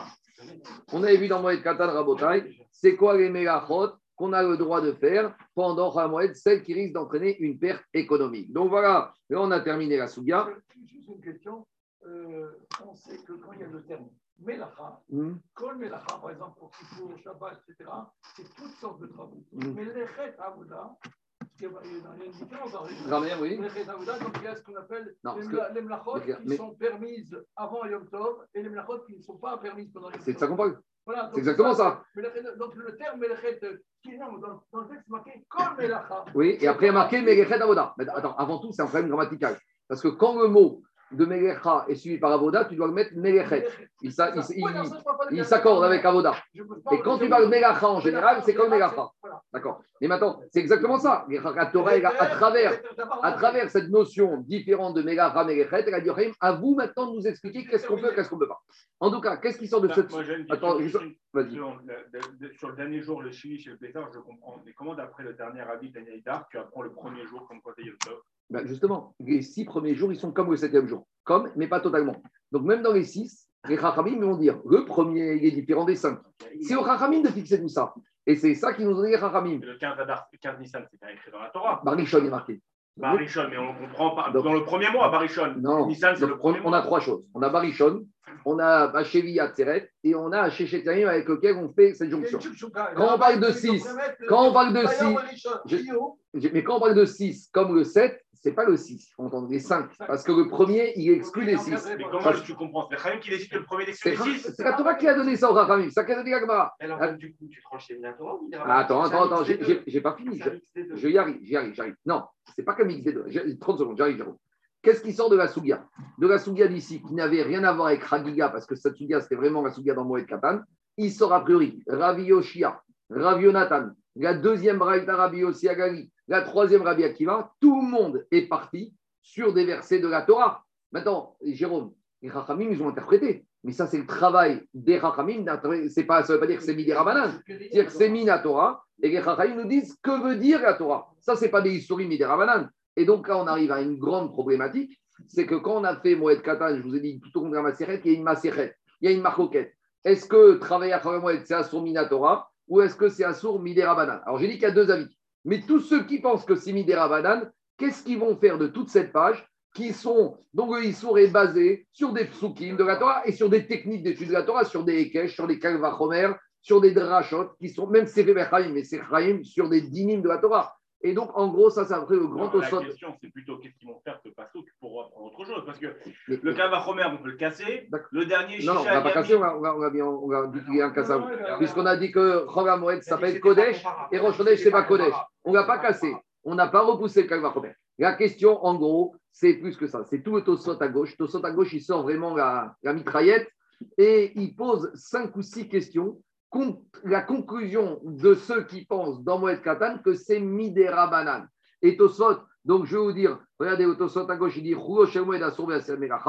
on avait vu dans Moed Katan Rabotai, c'est quoi les Mégachot qu'on a le droit de faire pendant Ramoed, celle qui risque d'entraîner une perte économique. Donc voilà, là on a terminé la Souga. Juste une question. Euh, on sait que quand il y a le terme Melacha, Mm. Kol Melacha, par exemple, pour Kippour, Shabbat, et cetera, c'est toutes sortes de travaux. Mm. Mais Lechet Avoda, il y a une différence dans les Grammaire, oui. Lechet Avoda, donc il y a ce qu'on appelle Non, les, parce que- mla- les Mlachot mais- qui sont permises avant Yom Tov et les Mlachot qui ne sont pas permises pendant Yom Tov. C'est de ça qu'on parle. Voilà, donc C'est exactement ça. Mais le- donc le terme Melechet, qui est non, dans, dans le texte marqué Kol Melacha. Oui, et après il y a marqué Melechet Avoda. Mais attends, avant tout, c'est un problème grammatical. Parce que quand le mot de Melecha est suivi par Avoda, tu dois le mettre Melechet. Il, s'a- il, il- il- il s'accorde avec Avoda. Et quand tu parles Melacha en général, c'est comme Melacha. D'accord. Et maintenant, c'est exactement ça. La Torah, elle a- à travers, à travers cette notion différente de Melacha, Melechet, elle a dit à vous maintenant de nous expliquer qu'est-ce qu'on peut, qu'est-ce qu'on ne peut pas. En tout cas, qu'est-ce qui sort de cette. Moi, j'ai une Attends, question. juste- vas-y. Sur le, de- de- sur le dernier jour, le chili chez le Pétard, je comprends. Mais comment, d'après le dernier avis de Daniel Dar, tu apprends le premier jour comme quoi tu es Yom Tov? Ben justement, les six premiers jours, ils sont comme le septième jour. Comme, mais pas totalement. Donc même dans les six, les Chachamim vont dire le premier, il est différent des cinq. C'est aux Chachamim de fixer tout ça. Et c'est ça qui nous ont dit les Chachamim. Et le quinze Adar, le quinze Nissan, c'est bien écrit dans la Torah. Barichon est marqué. Barichon, mais on ne comprend pas. Donc- dans le premier mois, Barichon. Non, Nissan, c'est donc le on, premier on mois. a trois choses. On a Barichon, on a Bachevi Atzeret et on a Shechetayim avec lequel on fait cette jonction. Quand on parle de six, quand on parle de six, je- je- mais quand on parle de six comme le sept, c'est pas le six, on entend les cinq. Parce que le premier, il exclut les six. Mais comment Parce- tu comprends? C'est Chaim qui décide que le premier C'est d'exclure les six. c'est la Torah qui a donné ça aux Chachamim. Ça qu'a donné la Gemara. Alors, Ah. donc, du coup, tu tranches les Torah ou Ah, Attends, attends, attends, j'ai- j'ai j'ai pas fini. Je, je y arrive, j'y arrive, j'arrive. Non, c'est pas comme X D deux. J'ai- trente secondes, j'arrive, Jérôme. Qu'est-ce qui sort de la Sougia? De la Sougia d'ici, qui n'avait rien à voir avec Ragiga, parce que cette Sougia, c'était vraiment la Sougia dans Moed Katan. Il sort a priori Ravi Yoshia, Ravi Yonatan, la deuxième Braïta Rabbi Yossi Agali, la troisième Rabbi Akiva. Tout le monde est parti sur des versets de la Torah. Maintenant, Jérôme, les Chachamim, ils ont interprété. Mais ça, c'est le travail des Chachamim. C'est pas, ça ne veut pas dire que c'est Midi Rabanan. C'est-à-dire que c'est Mina Torah. Et les Chachamim nous disent que veut dire la Torah. Ça, c'est pas des histoires Midi Rabanan. Et donc là, on arrive à une grande problématique. C'est que quand on a fait Moed Katan, je vous ai dit tout au long de la Maseret, il y a une Maseret, il y a une marcoquette. Est-ce que travailler à Chachamim Moed, c'est Assour Mina Torah ou est-ce que c'est Assour Midi Rabanan? Alors j'ai dit qu'il y a deux avis. Mais tous ceux qui pensent que c'est Midi Rabanan, qu'est-ce qu'ils vont faire de toute cette page qui sont, donc le Issour est basé sur des psukim de la Torah et sur des techniques d'étude de la Torah, sur des Ekech, sur des Kalvachomer, sur des Drachot, qui sont même Sefer Chaim, mais c'est Chaim sur des dinim de la Torah. Et donc, en gros, ça, c'est après le grand Non, la Tosot. question, c'est plutôt qu'est-ce qu'ils vont faire ce passo pour apprendre autre chose. Parce que Mais- le Kavachomer, on peut le casser. D'accord. Le dernier, Non, non, on ne va pas casser, on va, on va, on va bien, on va dire qu'il y a un cassable. Puisqu'on a dit que Chol HaMoed s'appelle Kodesh et Rosh Chodesh, c'est pas Kodesh. On ne l'a pas cassé. On n'a pas repoussé le Kalvachomer. La question, en gros, c'est plus que ça. C'est tout le Tosot à gauche. Tosot à gauche, il sort vraiment la, la mitraillette et il pose cinq ou six questions. Con- La conclusion de ceux qui pensent dans Moed Katan que c'est Midera Banan. Et Tosot, donc je vais vous dire, regardez, au Tosot à gauche, il dit Chulo Shel Moed Asur Be'asel Melacha.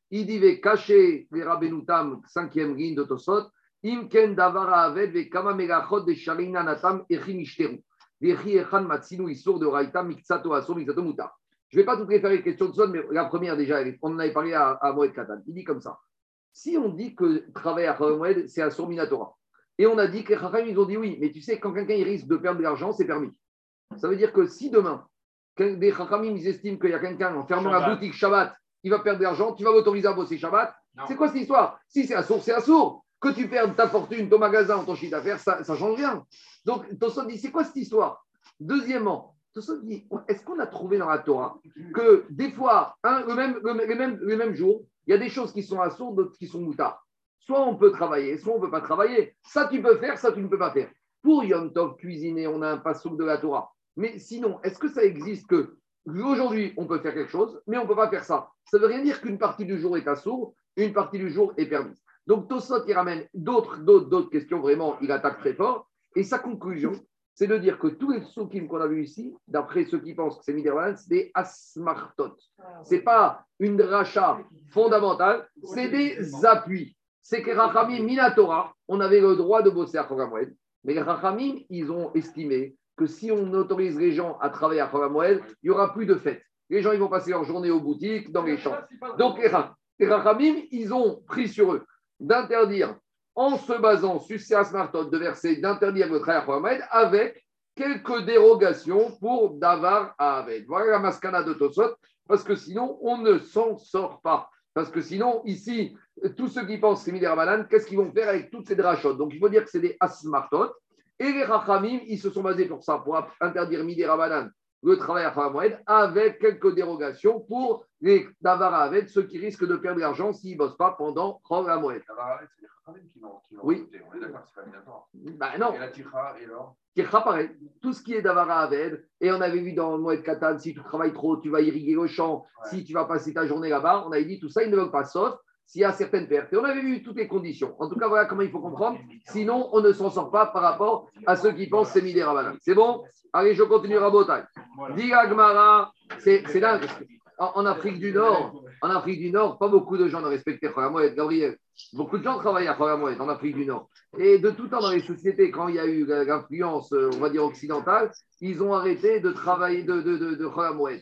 Il dit ve caché les Rabbenoutam, cinquième ligne de Tosot, Imken davara aved ve kama megachot de sharina natam echim ishteru. Vechi echan matsinu isur de raita miksato aso miksato mutar. Je ne vais pas toutes les faire les questions de Tosot, mais la première déjà, on en avait parlé à, à Moed Katan. Il dit comme ça. Si on dit que travailler à Chol Moed, c'est Asur Minatora, et on a dit que les Chachamim, ils ont dit oui, mais tu sais, quand quelqu'un il risque de perdre de l'argent, c'est permis. Ça veut dire que si demain, des Chachamim, ils estiment qu'il y a quelqu'un en fermant Shabbat. La boutique Shabbat, il va perdre de l'argent, tu vas l'autoriser à bosser Shabbat. Non. C'est quoi cette histoire? Si c'est Asur, c'est Asur. Que tu perdes ta fortune, ton magasin ou ton chiffre d'affaires, ça ne change rien. Donc, Tosot dit, c'est quoi cette histoire? Deuxièmement, Tosot dit, est-ce qu'on a trouvé dans la Torah que des fois, hein, le, même, le, le, même, le même jour, il y a des choses qui sont assourdes, d'autres qui sont moutards. Soit on peut travailler, soit on ne peut pas travailler. Ça, tu peux faire, ça, tu ne peux pas faire. Pour Yom Tov, cuisiner, on a un passouk de la Torah. Mais sinon, est-ce que ça existe que aujourd'hui, on peut faire quelque chose, mais on ne peut pas faire ça? Ça ne veut rien dire qu'une partie du jour est assourde, une partie du jour est permise. Donc, Tosot, il ramène d'autres, d'autres, d'autres questions, vraiment, il attaque très fort. Et sa conclusion, c'est de dire que tous les soukim qu'on a vus ici, d'après ceux qui pensent que c'est Midérabanan, c'est des asmartot. Ce n'est pas une dracha fondamentale, c'est des appuis. C'est que Rachamim, Minatora, on avait le droit de bosser à Chol HaMoed, mais les Rachamim, ils ont estimé que si on autorise les gens à travailler à Chol HaMoed, il n'y aura plus de fêtes. Les gens, ils vont passer leur journée aux boutiques, dans les champs. Donc, les Rachamim, ils ont pris sur eux d'interdire, en se basant sur ces asmartot de verser, d'interdire le travail à Chol HaMoed avec quelques dérogations pour Davar à Aved. Voilà la maskana de Tosot, parce que sinon, on ne s'en sort pas. Parce que sinon, ici, tous ceux qui pensent que c'est Midérabanan, qu'est-ce qu'ils vont faire avec toutes ces drachot? Donc, il faut dire que c'est des asmartot. Et les Rachamim, ils se sont basés pour ça, pour interdire Midérabanan, le travail à Chol HaMoed, avec quelques dérogations pour les Davar à Aved, ceux qui risquent de perdre de l'argent s'ils ne bossent pas pendant Chol HaMoed. C'est les Rachamim qui l'ont oui. Voté. On est d'accord, c'est pas Minatora. Ben non. Et la Tikha et l'or. Tikha, pareil. Tout ce qui est Davara Aved, et on avait vu dans le Moed Katan, si tu travailles trop, tu vas irriguer le champ, ouais. Si tu vas passer ta journée là-bas, on avait dit tout ça, ils ne veulent pas, sauf s'il y a certaines pertes. Et on avait vu toutes les conditions. En tout cas, voilà comment il faut comprendre. Sinon, on ne s'en sort pas par rapport à ceux qui pensent que c'est Midérabanan. C'est bon? Allez, je continue Rabotai. Diga Gmara, c'est dingue. En, en Afrique du Nord, en Afrique du Nord, pas beaucoup de gens ne respectaient Chol HaMoed, Gabriel. Beaucoup de gens travaillent à Chol HaMoed en Afrique du Nord. Et de tout temps dans les sociétés, quand il y a eu l'influence, on va dire occidentale, ils ont arrêté de travailler de, de, de, de Chol HaMoed.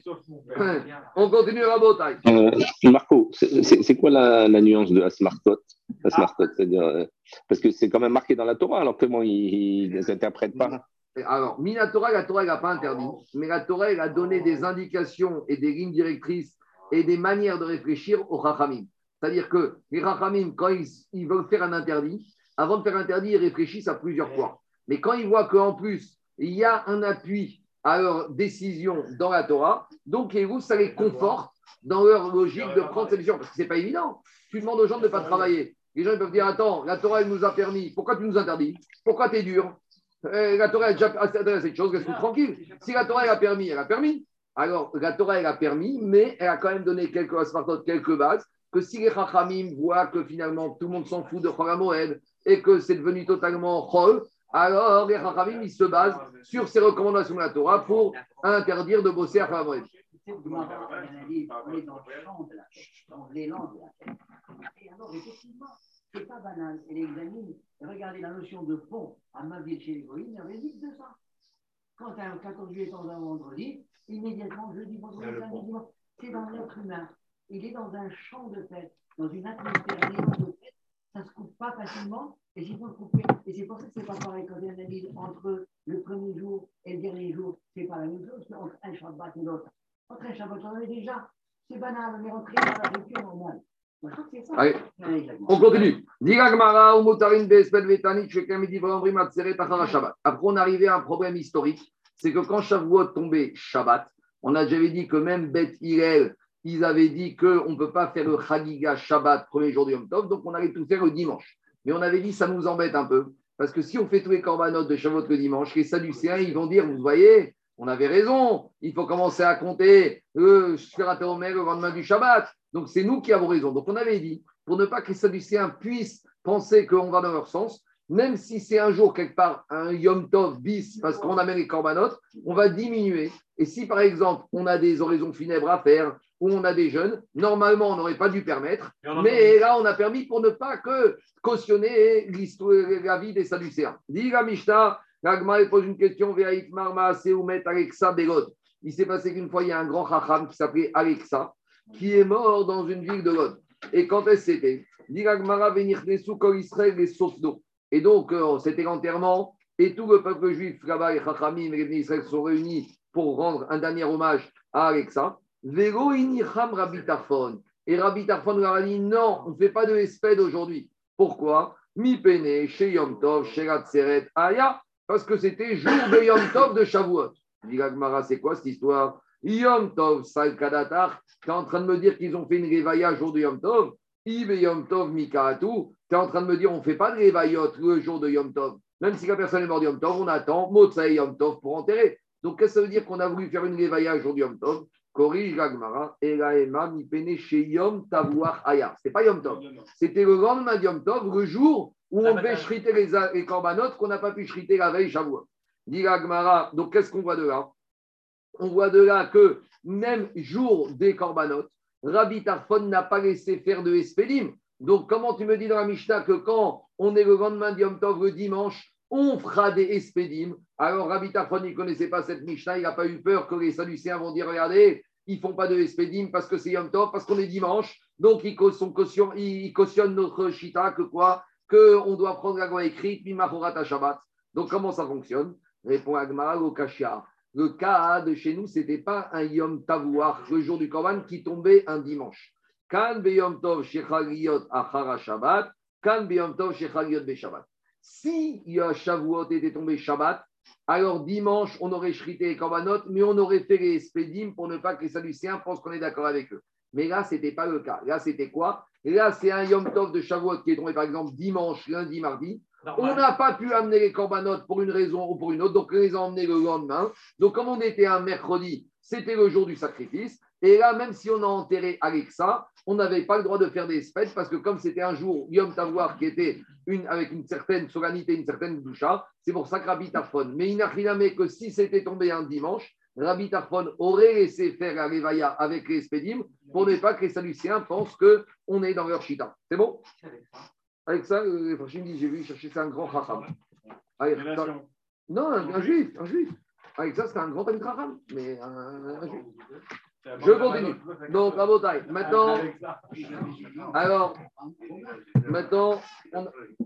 On continue Rabotai. Euh, Marco, c'est quoi la, la nuance de Asmartot? Asmartot, ah. C'est-à-dire, euh, parce que c'est quand même marqué dans la Torah, alors comment ils ne s'interprètent pas? Alors, Minatora, la Torah, elle n'a pas interdit, mais la Torah, elle a donné des indications et des lignes directrices et des manières de réfléchir aux Rachamim. C'est-à-dire que les Rachamim, quand ils, ils veulent faire un interdit, avant de faire un interdit, ils réfléchissent à plusieurs points. Mais quand ils voient qu'en plus, il y a un appui à leur décision dans la Torah, donc vous, ça les conforte dans leur logique de prendre cette décision. Parce que ce n'est pas évident. Tu demandes aux gens de ne pas travailler. Les gens ils peuvent dire, attends, la Torah, elle nous a permis. Pourquoi tu nous interdis? Pourquoi tu es dur? Euh, la Torah a déjà interdit cette chose, reste tranquille. Si la Torah elle a permis, elle a permis. Alors, la Torah elle a permis, mais elle a quand même donné quelques asmartot, quelques bases, que si les Chachamim voient que finalement tout le monde s'en fout de Chol HaMoed et que c'est devenu totalement Chol, alors les Chachamim ils se basent sur ces recommandations de la Torah pour interdire de bosser à Chol HaMoed. On est dans le champ de la tête, dans l'élan de la tête. Et alors, effectivement, ce n'est pas banal. Elle examine, regardez la notion de pont à ma vie chez les Goïms, il résiste de ça. Quand un quatorze juillet dans un vendredi, immédiatement, jeudi, vendredi, samedi, dimanche, c'est dans l'être humain. Il est dans un champ de fête, dans une atmosphère d'élan de fête, ça ne se coupe pas facilement, et s'il faut le couper. Et c'est pour ça que ce n'est pas pareil quand il y a une analyse entre le premier jour et le dernier jour, ce n'est pas la même chose qu'entre un Shabbat et l'autre. Entre un Shabbat, on avait déjà, c'est banal, on est rentré dans la rupture normale. Moi, je crois que c'est ça. Allez, on continue. Après, on arrivait à un problème historique, c'est que quand Shavuot tombait Shabbat, on a déjà dit que même Beth Hillel, ils avaient dit qu'on ne peut pas faire le Chagiga Shabbat premier jour du Yom Tov, donc on allait tout faire le dimanche. Mais on avait dit ça nous embête un peu, parce que si on fait tous les corbanotes de Shavuot le dimanche, les Sadducéens, ils vont dire, vous voyez, on avait raison, il faut commencer à compter le Shfirat HaOmer le lendemain du Shabbat. Donc c'est nous qui avons raison. Donc on avait dit, pour ne pas que les Sadducéens puissent penser qu'on va dans leur sens, même si c'est un jour quelque part un Yom Tov bis, parce qu'on amène les corbanotes, on va diminuer. Et si par exemple on a des oraisons funèbres à faire, où on a des jeunes, normalement, on n'aurait pas dû permettre, en mais là, on a permis pour ne pas que cautionner l'histoire, la vie des Sadducéens. Dit la Mishnah, L'Agma pose une question, Alexa Belod. Il s'est passé qu'une fois, il y a un grand chacham qui s'appelait Alexa, qui est mort dans une ville de Lod. Et quand est-ce que c'était Dit l'Agmara, venir des Kol Israël, les Sofdo. Et donc, euh, c'était l'enterrement, et tout le peuple juif, là-bas, les chachamim, les Israël sont réunis pour rendre un dernier hommage à Alexa. Vego inicham Rabbi Tarfon. Et Rabbi Tarfon leur a dit non, on ne fait pas de espède aujourd'hui. Pourquoi Mi pene, chez Yom Tov, chez Ratzeret, Aya, parce que c'était jour de Yom Tov de Shavuot. Dit Gagmara, c'est quoi cette histoire Yom Tov, Sal Kadatar, tu es en train de me dire qu'ils ont fait une révailla jour de Yom Tov Ibe Yom Tov, Mikaatu, tu es en train de me dire on ne fait pas de révaillot le jour de Yom Tov. Même si la personne est morte de Yom Tov, on attend Motsai Yom Tov pour enterrer. Donc, qu'est-ce que ça veut dire qu'on a voulu faire une révailla jour de Yom Tov Corrige Gagmara, Elaema, Mipene, chez Yom Tavuach Aya. Ce n'était pas Yom Tov. C'était le lendemain de Yom Tov, le jour où on devait shriter les, les corbanotes qu'on n'a pas pu shriter la veille Shavuot. Dit Gagmara, donc qu'est-ce qu'on voit de là On voit de là que même jour des corbanotes, Rabbi Tarfon n'a pas laissé faire de espédim. Donc, comment tu me dis dans la Mishnah que quand on est le lendemain de Yom Tov, le dimanche, on fera des espédim. Alors, Rabbi Tarfon, il ne connaissait pas cette Mishnah, il n'a pas eu peur que les Sadducéens vont dire, regardez, ils ne font pas de espédim parce que c'est Yom Tov, parce qu'on est dimanche. Donc, ils cautionnent, ils cautionnent notre Shita, que quoi Qu'on doit prendre la loi écrite, Mimachorat Shabbat. Donc, comment ça fonctionne Répond Agmara au Kashia. Le cas de chez nous, ce n'était pas un Yom Tavuach, le jour du Korban, qui tombait un dimanche. Kan be Yom Tov shechagiyot achara Shabbat, kan be Yom Tov shechagiyot be Shabbat. Si Shavuot était tombé Shabbat, alors dimanche, on aurait shrité les korbanot, mais on aurait fait les espédim pour ne pas que les Sadducéens pensent qu'on est d'accord avec eux. Mais là, ce n'était pas le cas. Là, c'était quoi Là, c'est un Yom Tov de Shavuot qui est tombé, par exemple, dimanche, lundi, mardi. Normal. On n'a pas pu amener les korbanot pour une raison ou pour une autre, donc on les a emmenés le lendemain. Donc, comme on était un mercredi, c'était le jour du sacrifice. Et là, même si on a enterré Alexa, on n'avait pas le droit de faire des espèces parce que comme c'était un jour Yom Tavuach qui était une, avec une certaine solennité, une certaine doucha, c'est pour ça que Rabbi Tarfon. Mais il n'a rien à que si c'était tombé un dimanche, Rabbi Tarfon aurait laissé faire la révailla avec les espédim pour ne pas que les Sadducéens pensent qu'on est dans leur chita. C'est bon? Avec ça, les Farshim disent, j'ai vu chercher, c'est un grand chacham. Non, un, un juif, un juif. Avec ça, c'est un grand chacham, mais un, un juif. Je continue. Donc, à Botaï. Maintenant, alors, maintenant, on...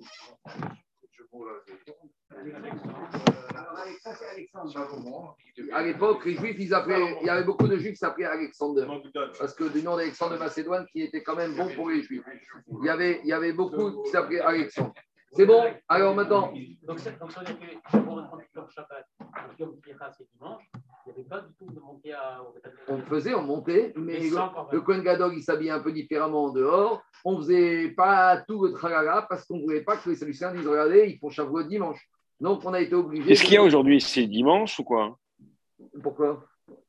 à l'époque, les Juifs, ils appelaient, il y avait beaucoup de Juifs qui s'appelaient Alexander, parce que du nom d'Alexandre de Macédoine, qui était quand même bon pour les Juifs. Il y avait, il y avait beaucoup qui s'appelaient Alexandre. C'est bon? Alors maintenant. Donc, ça veut dire que pour le Yom Shabbat, Yom Pira, c'est dimanche. Il n'y avait pas du tout de monter à. On faisait, on montait, mais le, le Kohen Gadol, il s'habillait un peu différemment en dehors. On ne faisait pas tout le tralala parce qu'on ne voulait pas que les Sadducéens disent regardez, ils font Shavuot dimanche. Donc, on a été obligé. Qu'est-ce qu'il y a aujourd'hui? C'est dimanche ou quoi? Pourquoi?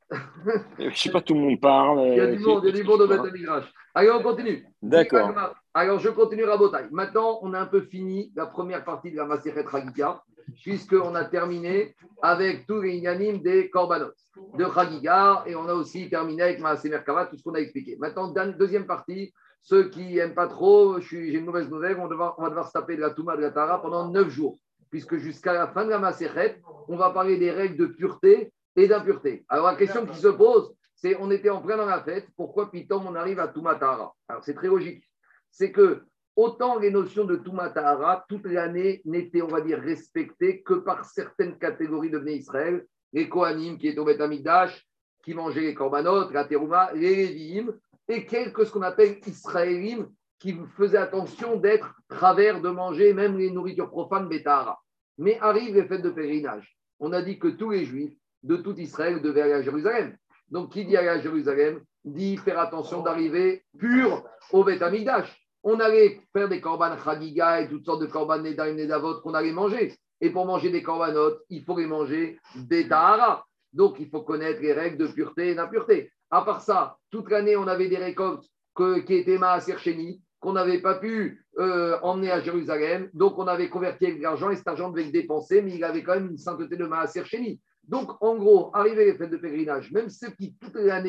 Je ne sais pas, tout le monde parle. Il y a du monde, il y a du monde au Beth Midrash. Allez, on continue. D'accord. Alors, je continue à Rabotai. Maintenant, on a un peu fini la première partie de la Masechet Chagiga, puisqu'on a terminé avec tous les inyanim des korbanot de Chagiga, et on a aussi terminé avec Maaseh Merkava, tout ce qu'on a expliqué. Maintenant, deuxième partie, ceux qui n'aiment pas trop, j'ai une mauvaise nouvelle, on, devoir, on va devoir se taper de la Touma, de la Tara pendant neuf jours, puisque jusqu'à la fin de la Masechet, on va parler des règles de pureté et d'impureté. Alors, la question qui se pose, c'est on était en plein dans la fête, pourquoi Pitom on arrive à Touma Tahara? Alors, c'est très logique. C'est que autant les notions de Touma Tahara, toute l'année, n'étaient, on va dire, respectées que par certaines catégories de Bnei Israël, les Kohanim qui étaient au Beth Amikdash, qui mangeaient les korbanot, la terouma, les Lévi'im, et quelques ce qu'on appelle Israélim, qui faisaient attention d'être travers de manger même les nourritures profanes Betahara. Mais arrivent les fêtes de pèlerinage. On a dit que tous les Juifs de tout Israël devaient aller à Jérusalem. Donc, qui dit aller à Jérusalem, dit faire attention d'arriver pur au Beth Amikdash. On allait faire des korban chagiga et toutes sortes de korban nedarim nedavot qu'on allait manger. Et pour manger des korbanot, il faut les manger betahara. Donc, il faut connaître les règles de pureté et d'impureté. À part ça, toute l'année, on avait des récoltes que, qui étaient maaser sheni, qu'on n'avait pas pu euh, emmener à Jérusalem. Donc, on avait converti avec l'argent et cet argent devait être dépensé, mais il avait quand même une sainteté de maaser sheni. Donc, en gros, arrivé les fêtes de pèlerinage, même ceux qui, toute l'année,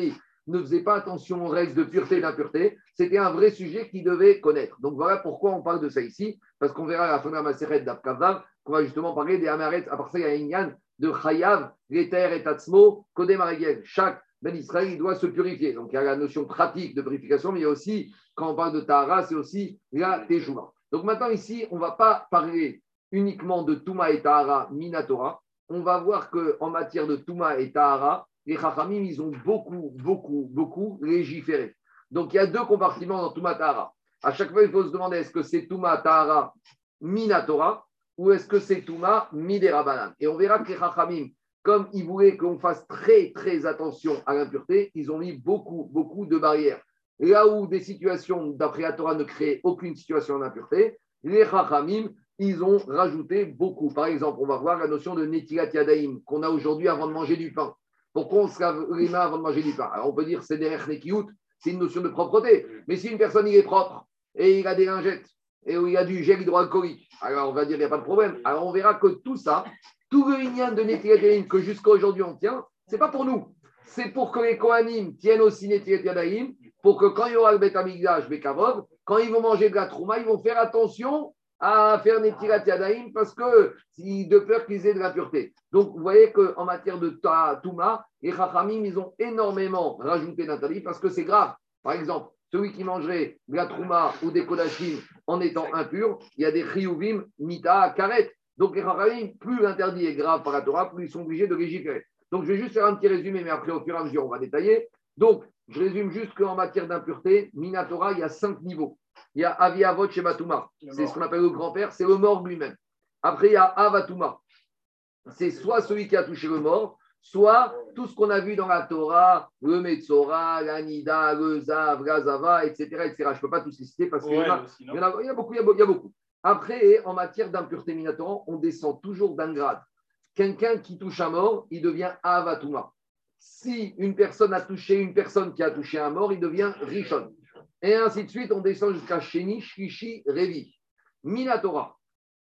ne faisaient pas attention aux règles de pureté et d'impureté. C'était un vrai sujet qu'ils devaient connaître. Donc voilà pourquoi on parle de ça ici, parce qu'on verra à la fin de la Maseret d'Abkavav qu'on va justement parler des Amaret. À part ça, il y a une yann de Chayav, Geter et Tatzmo, Kodem Aregel. Chaque Ben Israël, il doit se purifier. Donc il y a la notion pratique de purification, mais il y a aussi, quand on parle de Tahara, c'est aussi la Teshuvah. Donc maintenant ici, on ne va pas parler uniquement de Touma et Tahara Minatora. On va voir qu'en matière de Touma et Tahara, les Chachamim, ils ont beaucoup, beaucoup, beaucoup légiféré. Donc il y a deux compartiments dans Touma Tahara. À chaque fois, il faut se demander est-ce que c'est Touma Tahara Minatora ou est-ce que c'est Touma Miderabanan. Et on verra que les Chachamim, comme ils voulaient qu'on fasse très, très attention à l'impureté, ils ont mis beaucoup, beaucoup de barrières. Là où des situations, d'après la Torah, ne créaient aucune situation d'impureté, les Chachamim, ils ont rajouté beaucoup. Par exemple, on va voir la notion de Netilat Yadaim qu'on a aujourd'hui avant de manger du pain. Pourquoi on se lave les mains avant de manger du pain? Alors on peut dire c'est derech nekiyut, c'est une notion de propreté. Mais si une personne il est propre et il a des lingettes et où il y a du gel hydroalcoolique, alors on va dire il n'y a pas de problème. Alors on verra que tout ça, tout le lignan de Netilat Yadaim que jusqu'à aujourd'hui on tient, c'est pas pour nous. C'est pour que les Kohanim tiennent aussi Netilat Yadaim, pour que quand il y aura le Bet Hamikdash, Bekavod, quand ils vont manger de la trouma, ils vont faire attention à faire Netilat Yadaim parce que de peur qu'ils aient de la pureté. Donc, vous voyez qu'en matière de Touma, les Chachamim, ils ont énormément rajouté d'interdits parce que c'est grave. Par exemple, celui qui mangerait de la Trouma ou des Kodashim en étant impur, il y a des Chiyuvim, Mita, Karet. Donc, les Chachamim, plus l'interdit est grave par la Torah, plus ils sont obligés de légiférer. Donc, je vais juste faire un petit résumé, mais après, au fur et à mesure, on va détailler. Donc, je résume juste qu'en matière d'impureté, Minatora, il y a cinq niveaux. Il y a Aviavot chez Batuma, c'est ce qu'on appelle le grand-père, c'est le mort lui-même. Après, il y a Avatuma, c'est soit celui qui a touché le mort, soit tout ce qu'on a vu dans la Torah, le Metzora, l'Anida, le Zav, la Zava, et cetera, et cetera. Je ne peux pas tous les citer parce qu'il y, en a, il y, en a, il y a beaucoup, il y a beaucoup. Après, en matière d'impureté Minatora, on descend toujours d'un grade. Quelqu'un qui touche un mort, il devient Avatuma. Si une personne a touché une personne qui a touché un mort, il devient Rishon. Et ainsi de suite, on descend jusqu'à Sheni, Shlishi, Revi. Minatora,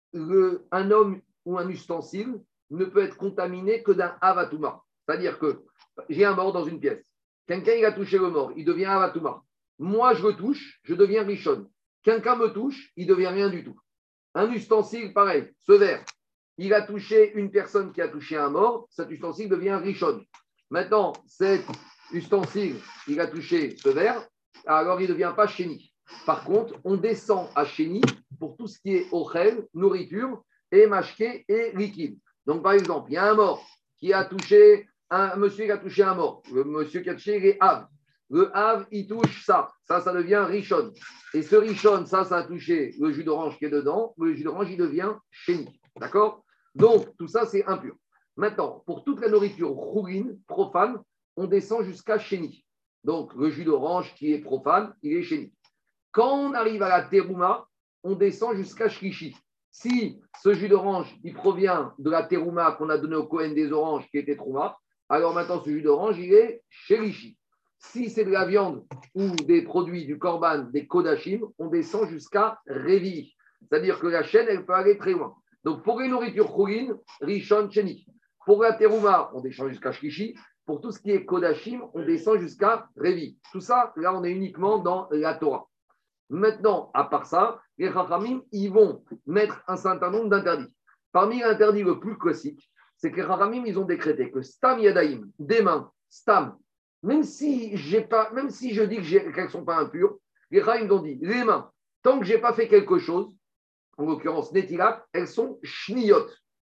le, un homme ou un ustensile ne peut être contaminé que d'un Avatuma. C'est-à-dire que j'ai un mort dans une pièce. Quelqu'un, il a touché le mort, il devient Avatuma. Moi, je le touche, je deviens Rishon. Quelqu'un me touche, il ne devient rien du tout. Un ustensile, pareil, ce verre. Il a touché une personne qui a touché un mort, cet ustensile devient Rishon. Maintenant, cet ustensile, il a touché ce verre, alors il ne devient pas chéni. Par contre, on descend à chéni pour tout ce qui est ochel, nourriture, et mashké et liquide. Donc, par exemple, il y a un mort qui a touché, un monsieur qui a touché un mort. Le monsieur qui a touché les haves. Le have, il touche ça. Ça, ça devient rishon. Et ce rishon, ça, ça a touché le jus d'orange qui est dedans. Le jus d'orange, il devient chéni. D'accord? Donc, tout ça, c'est impur. Maintenant, pour toute la nourriture chourine, profane, on descend jusqu'à chéni. Donc, le jus d'orange qui est profane, il est chéni. Quand on arrive à la terouma, on descend jusqu'à shlishi. Si ce jus d'orange, il provient de la terouma qu'on a donné au Kohen des oranges qui était trouma, alors maintenant, ce jus d'orange, il est shlishi. Si c'est de la viande ou des produits du korban, des kodashim, on descend jusqu'à revi. C'est-à-dire que la chaîne, elle peut aller très loin. Donc, pour les nourritures chourines, rishon, chéni. Pour la terouma, on descend jusqu'à shlishi. Pour tout ce qui est kodashim, on descend jusqu'à revi. Tout ça, là, on est uniquement dans la Torah. Maintenant, à part ça, les Chachamim, ils vont mettre un certain nombre d'interdits. Parmi l'interdit le plus classique, c'est que les Chachamim, ils ont décrété que Stam Yadaim, des mains, Stam, même si, j'ai pas, même si je dis que j'ai, qu'elles ne sont pas impures, les Chachamim ont dit, les mains, tant que je n'ai pas fait quelque chose, en l'occurrence Netilat, elles sont Shniyot.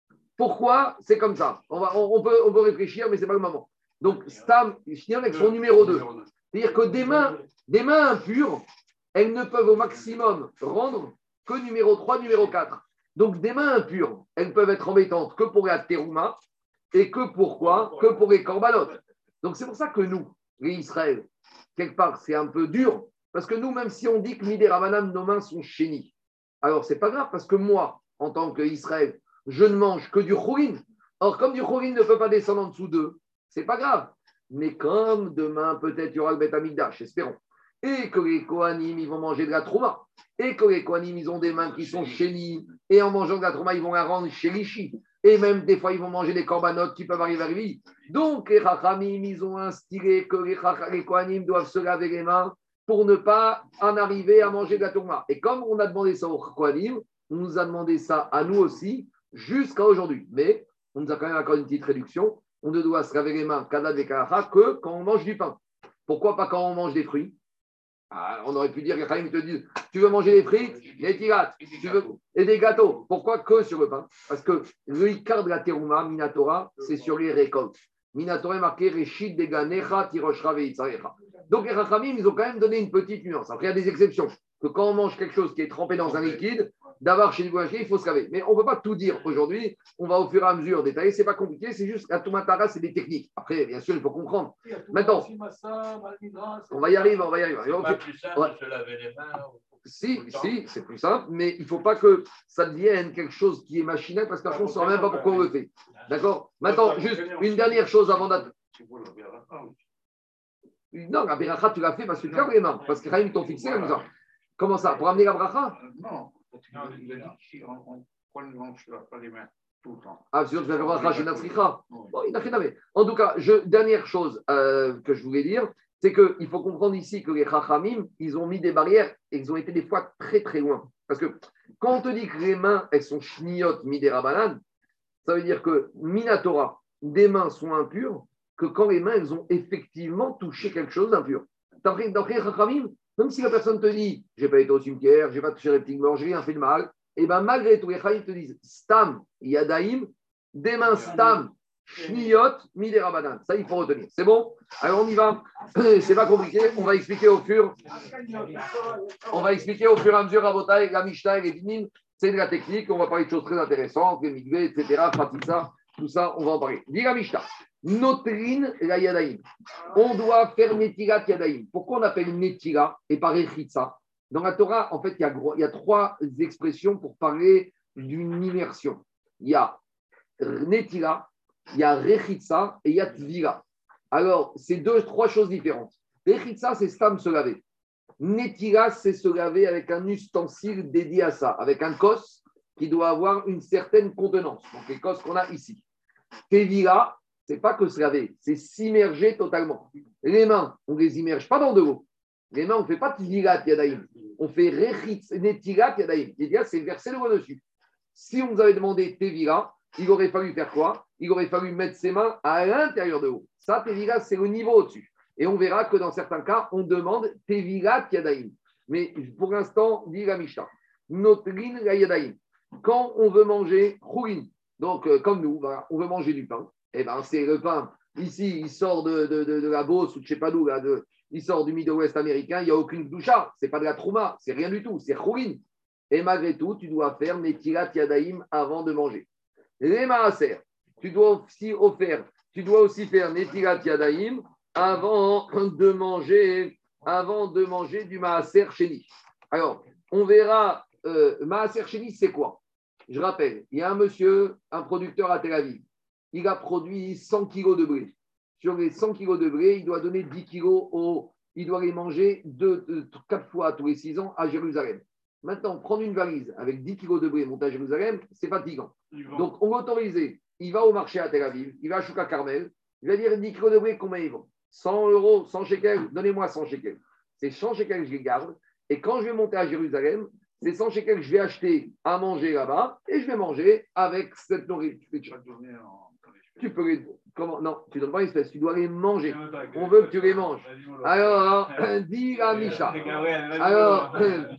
Pourquoi c'est comme ça? on, va, on, on, peut, on peut réfléchir, mais ce n'est pas le moment. Donc, Stam, Shniyot, elles sont numéro deux. C'est-à-dire que des mains, des mains impures, elles ne peuvent au maximum rendre que numéro trois, numéro quatre. Donc, des mains impures, elles peuvent être embêtantes que pour la terouma et que pour quoi? Que pour les corbanotes. Donc, c'est pour ça que nous, les Israël, quelque part, c'est un peu dur, parce que nous, même si on dit que Midé Rabanan, nos mains sont chénies, alors c'est pas grave, parce que moi, en tant qu'Israël, je ne mange que du chourine. Or, comme du chourine ne peut pas descendre en dessous d'eux, c'est pas grave. Mais comme demain, peut-être, il y aura le Beth Amikdash, espérons. Et que les Kohanim, ils vont manger de la trouma. Et que les Kohanim, ils ont des mains qui sont chénies. Et en mangeant de la trouma, ils vont la rendre chélichi. Et même des fois, ils vont manger des corbanotes qui peuvent arriver à lui. Donc, les Chachamim, ils ont instillé que les, chach- les Kohanim doivent se laver les mains pour ne pas en arriver à manger de la tourma. Et comme on a demandé ça aux Kohanim, on nous a demandé ça à nous aussi jusqu'à aujourd'hui. Mais on nous a quand même accordé une petite réduction. On ne doit se laver les mains que quand on mange du pain. Pourquoi pas quand on mange des fruits? Ah, on aurait pu dire, les Chachamim te disent, tu veux manger des frites, des tilates, tu veux... et des gâteaux. Pourquoi que sur le pain? Parce que le Icar de la Teruma, Minatora, c'est sur les récoltes. Minatora est marqué Reshit Deganecha Tiroshra Veitzarecha. Donc les Chachamim, ils ont quand même donné une petite nuance. Après, il y a des exceptions. Que quand on mange quelque chose qui est trempé dans un liquide, d'avoir chez le boulanger, il faut se laver. Mais on ne peut pas tout dire aujourd'hui. On va au fur et à mesure détailler. Ce n'est pas compliqué, c'est juste la Toumatara, c'est des techniques. Après, bien sûr, il faut comprendre. Maintenant, on va y arriver, on va y arriver. C'est pas plus simple Ouais. de se laver les mains. Si, si, c'est plus simple, mais il ne faut pas que ça devienne quelque chose qui est machinal parce qu'après, on ne saura même pas pourquoi on le fait. D'accord? Maintenant, juste une dernière chose avant d'attendre. Non, la Beracha, tu l'as fait parce que tu laves les mains. Parce que Raïm t'ont fixé comme ça. Comment ça? Pour amener la bracha? Non, on prend le ventre, je ne lave pas les mains tout le temps. Ah, sinon tu vas faire bracha chez Natsricha. Bon, il n'a rien à voir. En tout cas, je, dernière chose euh, que je voulais dire, c'est qu'il faut comprendre ici que les Chachamim, ils ont mis des barrières et ils ont été des fois très très loin. Parce que quand on te dit que les mains, elles sont shniyot midera banane, ça veut dire que Minatora, des mains sont impures, que quand les mains, elles ont effectivement touché quelque chose d'impur. Dans les Chachamim, même si la personne te dit, je n'ai pas été au cimetière, je n'ai pas touché les petites morts, je n'ai rien fait de mal, et bien malgré tout, les Chachamim te disent, stam, yadaim, des mains stam, shniyot, midera banane. Ça, il faut retenir. C'est bon? Alors on y va. C'est pas compliqué. On va expliquer au fur. On va expliquer au fur et à mesure à Botaï, la Mishnah et les Dinim. C'est de la technique. On va parler de choses très intéressantes, les migvés, et cetera. Fatissa, tout ça, on va en parler. Dis la Mishnah. Notrin la yadaïm. On doit faire netilat yadaïm. Pourquoi on appelle netila et pas rechitsa? Dans la Torah, en fait, il y, a, il y a trois expressions pour parler d'une immersion. Il y a netila, il y a rechitsa et il y a tvila. Alors, c'est deux, trois choses différentes. Rechitsa, c'est stam se laver. Netila, c'est se laver avec un ustensile dédié à ça, avec un kos qui doit avoir une certaine contenance. Donc, les kos qu'on a ici. Tvila, c'est pas que se laver, c'est s'immerger totalement. Les mains, on ne les immerge pas dans de l'eau. Les mains, on ne fait pas tvilat yadaïm. On fait rechitsa, netilat yadaïm. Yadaïm, c'est verser le dessus. Si on nous avait demandé tvila, il aurait fallu faire quoi? Il aurait fallu mettre ses mains à l'intérieur de l'eau. Ça, Tevila, c'est le niveau au-dessus. Et on verra que dans certains cas, on demande Tevila Yadaïm. Mais pour l'instant, dit la Mishnah, Notrin la Yadaïm. Quand on veut manger Choulin, donc euh, comme nous, voilà, on veut manger du pain, et ben c'est le pain. Ici, il sort de, de, de, de la Beauce ou de je ne sais pas d'où, là, de, il sort du Midwest américain, il n'y a aucune doucha, ce n'est pas de la trouma, c'est rien du tout, c'est Choulin. Et malgré tout, tu dois faire Netilat Yadaïm avant de manger. Les maaser, tu dois aussi faire, tu dois aussi faire netilat yadaïm avant de manger, avant de manger du maaser chéni. Alors, on verra, euh, maaser chéni, c'est quoi? Je rappelle, il y a un monsieur, un producteur à Tel Aviv, il a produit cent kilos de blé. Sur les cent kilos de blé, il doit donner dix kilos au, il doit les manger deux, deux, quatre fois tous les six ans à Jérusalem. Maintenant, prendre une valise avec dix kilos de blé monter à Jérusalem, c'est fatigant. Donc, on l'autorise. Il va au marché à Tel Aviv, il va à Chouka Carmel, il va dire dix kilos de blé, combien ils vont? cent euros, cent shekels, donnez-moi cent shekels. C'est cent shekels que je les garde. Et quand je vais monter à Jérusalem, c'est cent shekels que je vais acheter à manger là-bas et je vais manger avec cette nourriture. Tu peux les. Comment? Non, tu ne donnes pas une espèce, tu dois les manger. On veut que tu les manges. Alors, dis la Misha. Alors,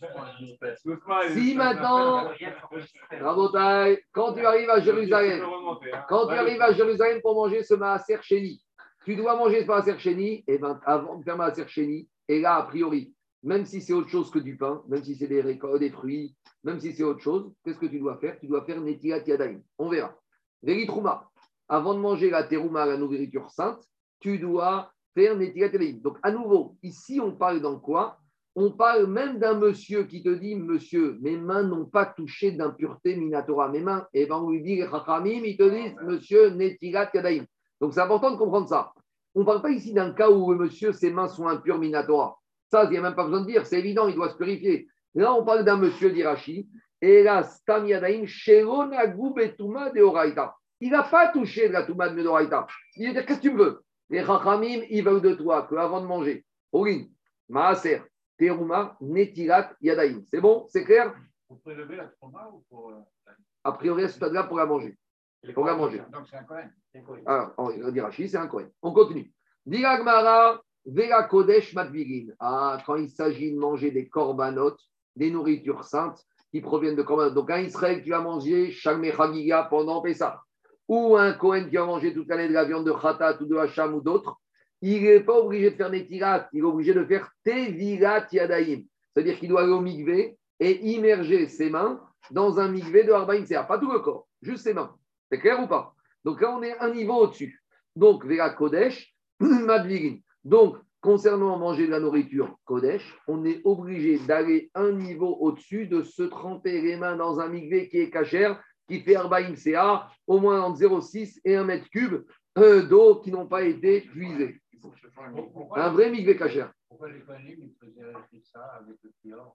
si maintenant, Rabotai, quand tu arrives à Jérusalem, quand tu arrives à Jérusalem pour manger ce Maaser Sheni, tu dois manger ce Maaser Sheni, et bien avant de faire Maaser Sheni, et là, a priori, même si c'est autre chose que du pain, même si c'est des récoltes, des fruits, même si c'est autre chose, qu'est-ce que tu dois faire? Tu dois faire Netilat Yadaïm. On verra. Veritrouma. Avant de manger la terouma, la nourriture sainte, tu dois faire Netilat Yadaïm. Donc, à nouveau, ici, on parle dans quoi? On parle même d'un monsieur qui te dit, monsieur, mes mains n'ont pas touché d'impureté minatora. Mes mains, et bien on lui dit, les chachamim, ils te disent, monsieur, Netilat Yadaïm. Donc, c'est important de comprendre ça. On ne parle pas ici d'un cas où le monsieur, ses mains sont impures minatora. Ça, il n'y a même pas besoin de dire, c'est évident, il doit se purifier. Là, on parle d'un monsieur d'Irachi Et là, Stam Yadaim, Shelona Gubetuma de Oraita. Il n'a pas touché de la Touma de Oraita. Il dit, qu'est-ce que tu veux? Les Chachamim, ils veulent de toi qu'avant de manger, Olin, Maaser, Teruma, Netilat, Yadaim. C'est bon? C'est clair? Pour prélever la trauma ou pour. A priori, à ce stade-là, pour la manger. Pour la manger. Donc c'est un Cohen. Alors, on dit Rachid, c'est un Cohen. On continue. Diragmara, Vela Kodesh, Matvirin. Ah, quand il s'agit de manger des corbanotes, des nourritures saintes qui proviennent de corbanotes. Donc, un Israël qui va manger Shalmei Chagiga pendant Pessah, ou un Cohen qui va manger toute l'année de la viande de Khatat ou de Hacham ou d'autres, il n'est pas obligé de faire Netilat, il est obligé de faire Tevilat Yadaim. C'est-à-dire qu'il doit aller au mikvé et immerger ses mains dans un mikvé de Arbaïn Seah. Pas tout le corps, juste ses mains. C'est clair ou pas? Donc là, on est un niveau au-dessus. Donc, Vela Kodesh, Madvirin. Donc, concernant manger de la nourriture Kodesh, on est obligé d'aller un niveau au-dessus, de se tremper les mains dans un mikvé qui est cachère, qui fait Arbaïm Seah, au moins entre zéro virgule six et un mètre cube euh, d'eau qui n'ont pas été puisées. Un vrai mikvé cachère. Pourquoi les Kohanim, ils faisaient ça avec le prior?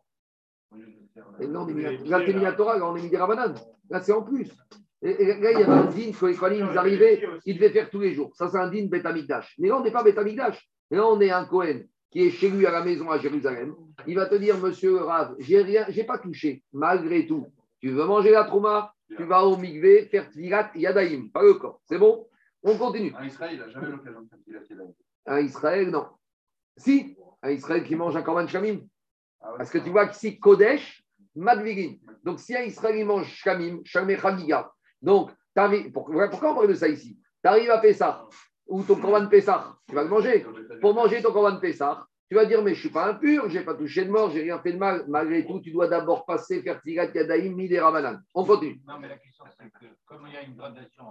Et non, là, t'es mis la Torah, là, on est mis des Rabbanan. Là, c'est en plus. Et, et là, il y avait un din que les Kohanim, ils arrivaient, ils devaient faire tous les jours. Ça, c'est un din Beth Amikdash. Mais là, on n'est pas Beth Amikdash. Mais là, on est un Kohen qui est chez lui à la maison à Jérusalem. Il va te dire, monsieur Rav, j'ai rien, j'ai pas touché, malgré tout. Tu veux manger la trouma, tu vas au mikvé, faire tvilat yadaim, pas le corps. C'est bon? On continue. En Israël, il n'a jamais l'occasion de faire tvilat yadaim. Un Israël, non. Si, un Israël qui mange un korban shamim. Parce que tu vois qu'ici, Kodesh, Madvirin. Donc, si un Israël il mange shamim, shamé chagiga, donc, pourquoi on parle de ça ici? Tu arrives à Pessah, ou ton korban Pessah, tu vas le manger. Pour manger ton korban Pessah, tu vas dire, mais je ne suis pas impur, je n'ai pas touché de mort, je n'ai rien fait de mal. Malgré tout, tu dois d'abord passer, faire Tirat Yadaïm, Midé Ramanan. On continue. Non, mais la question, c'est que comme il y a une gradation,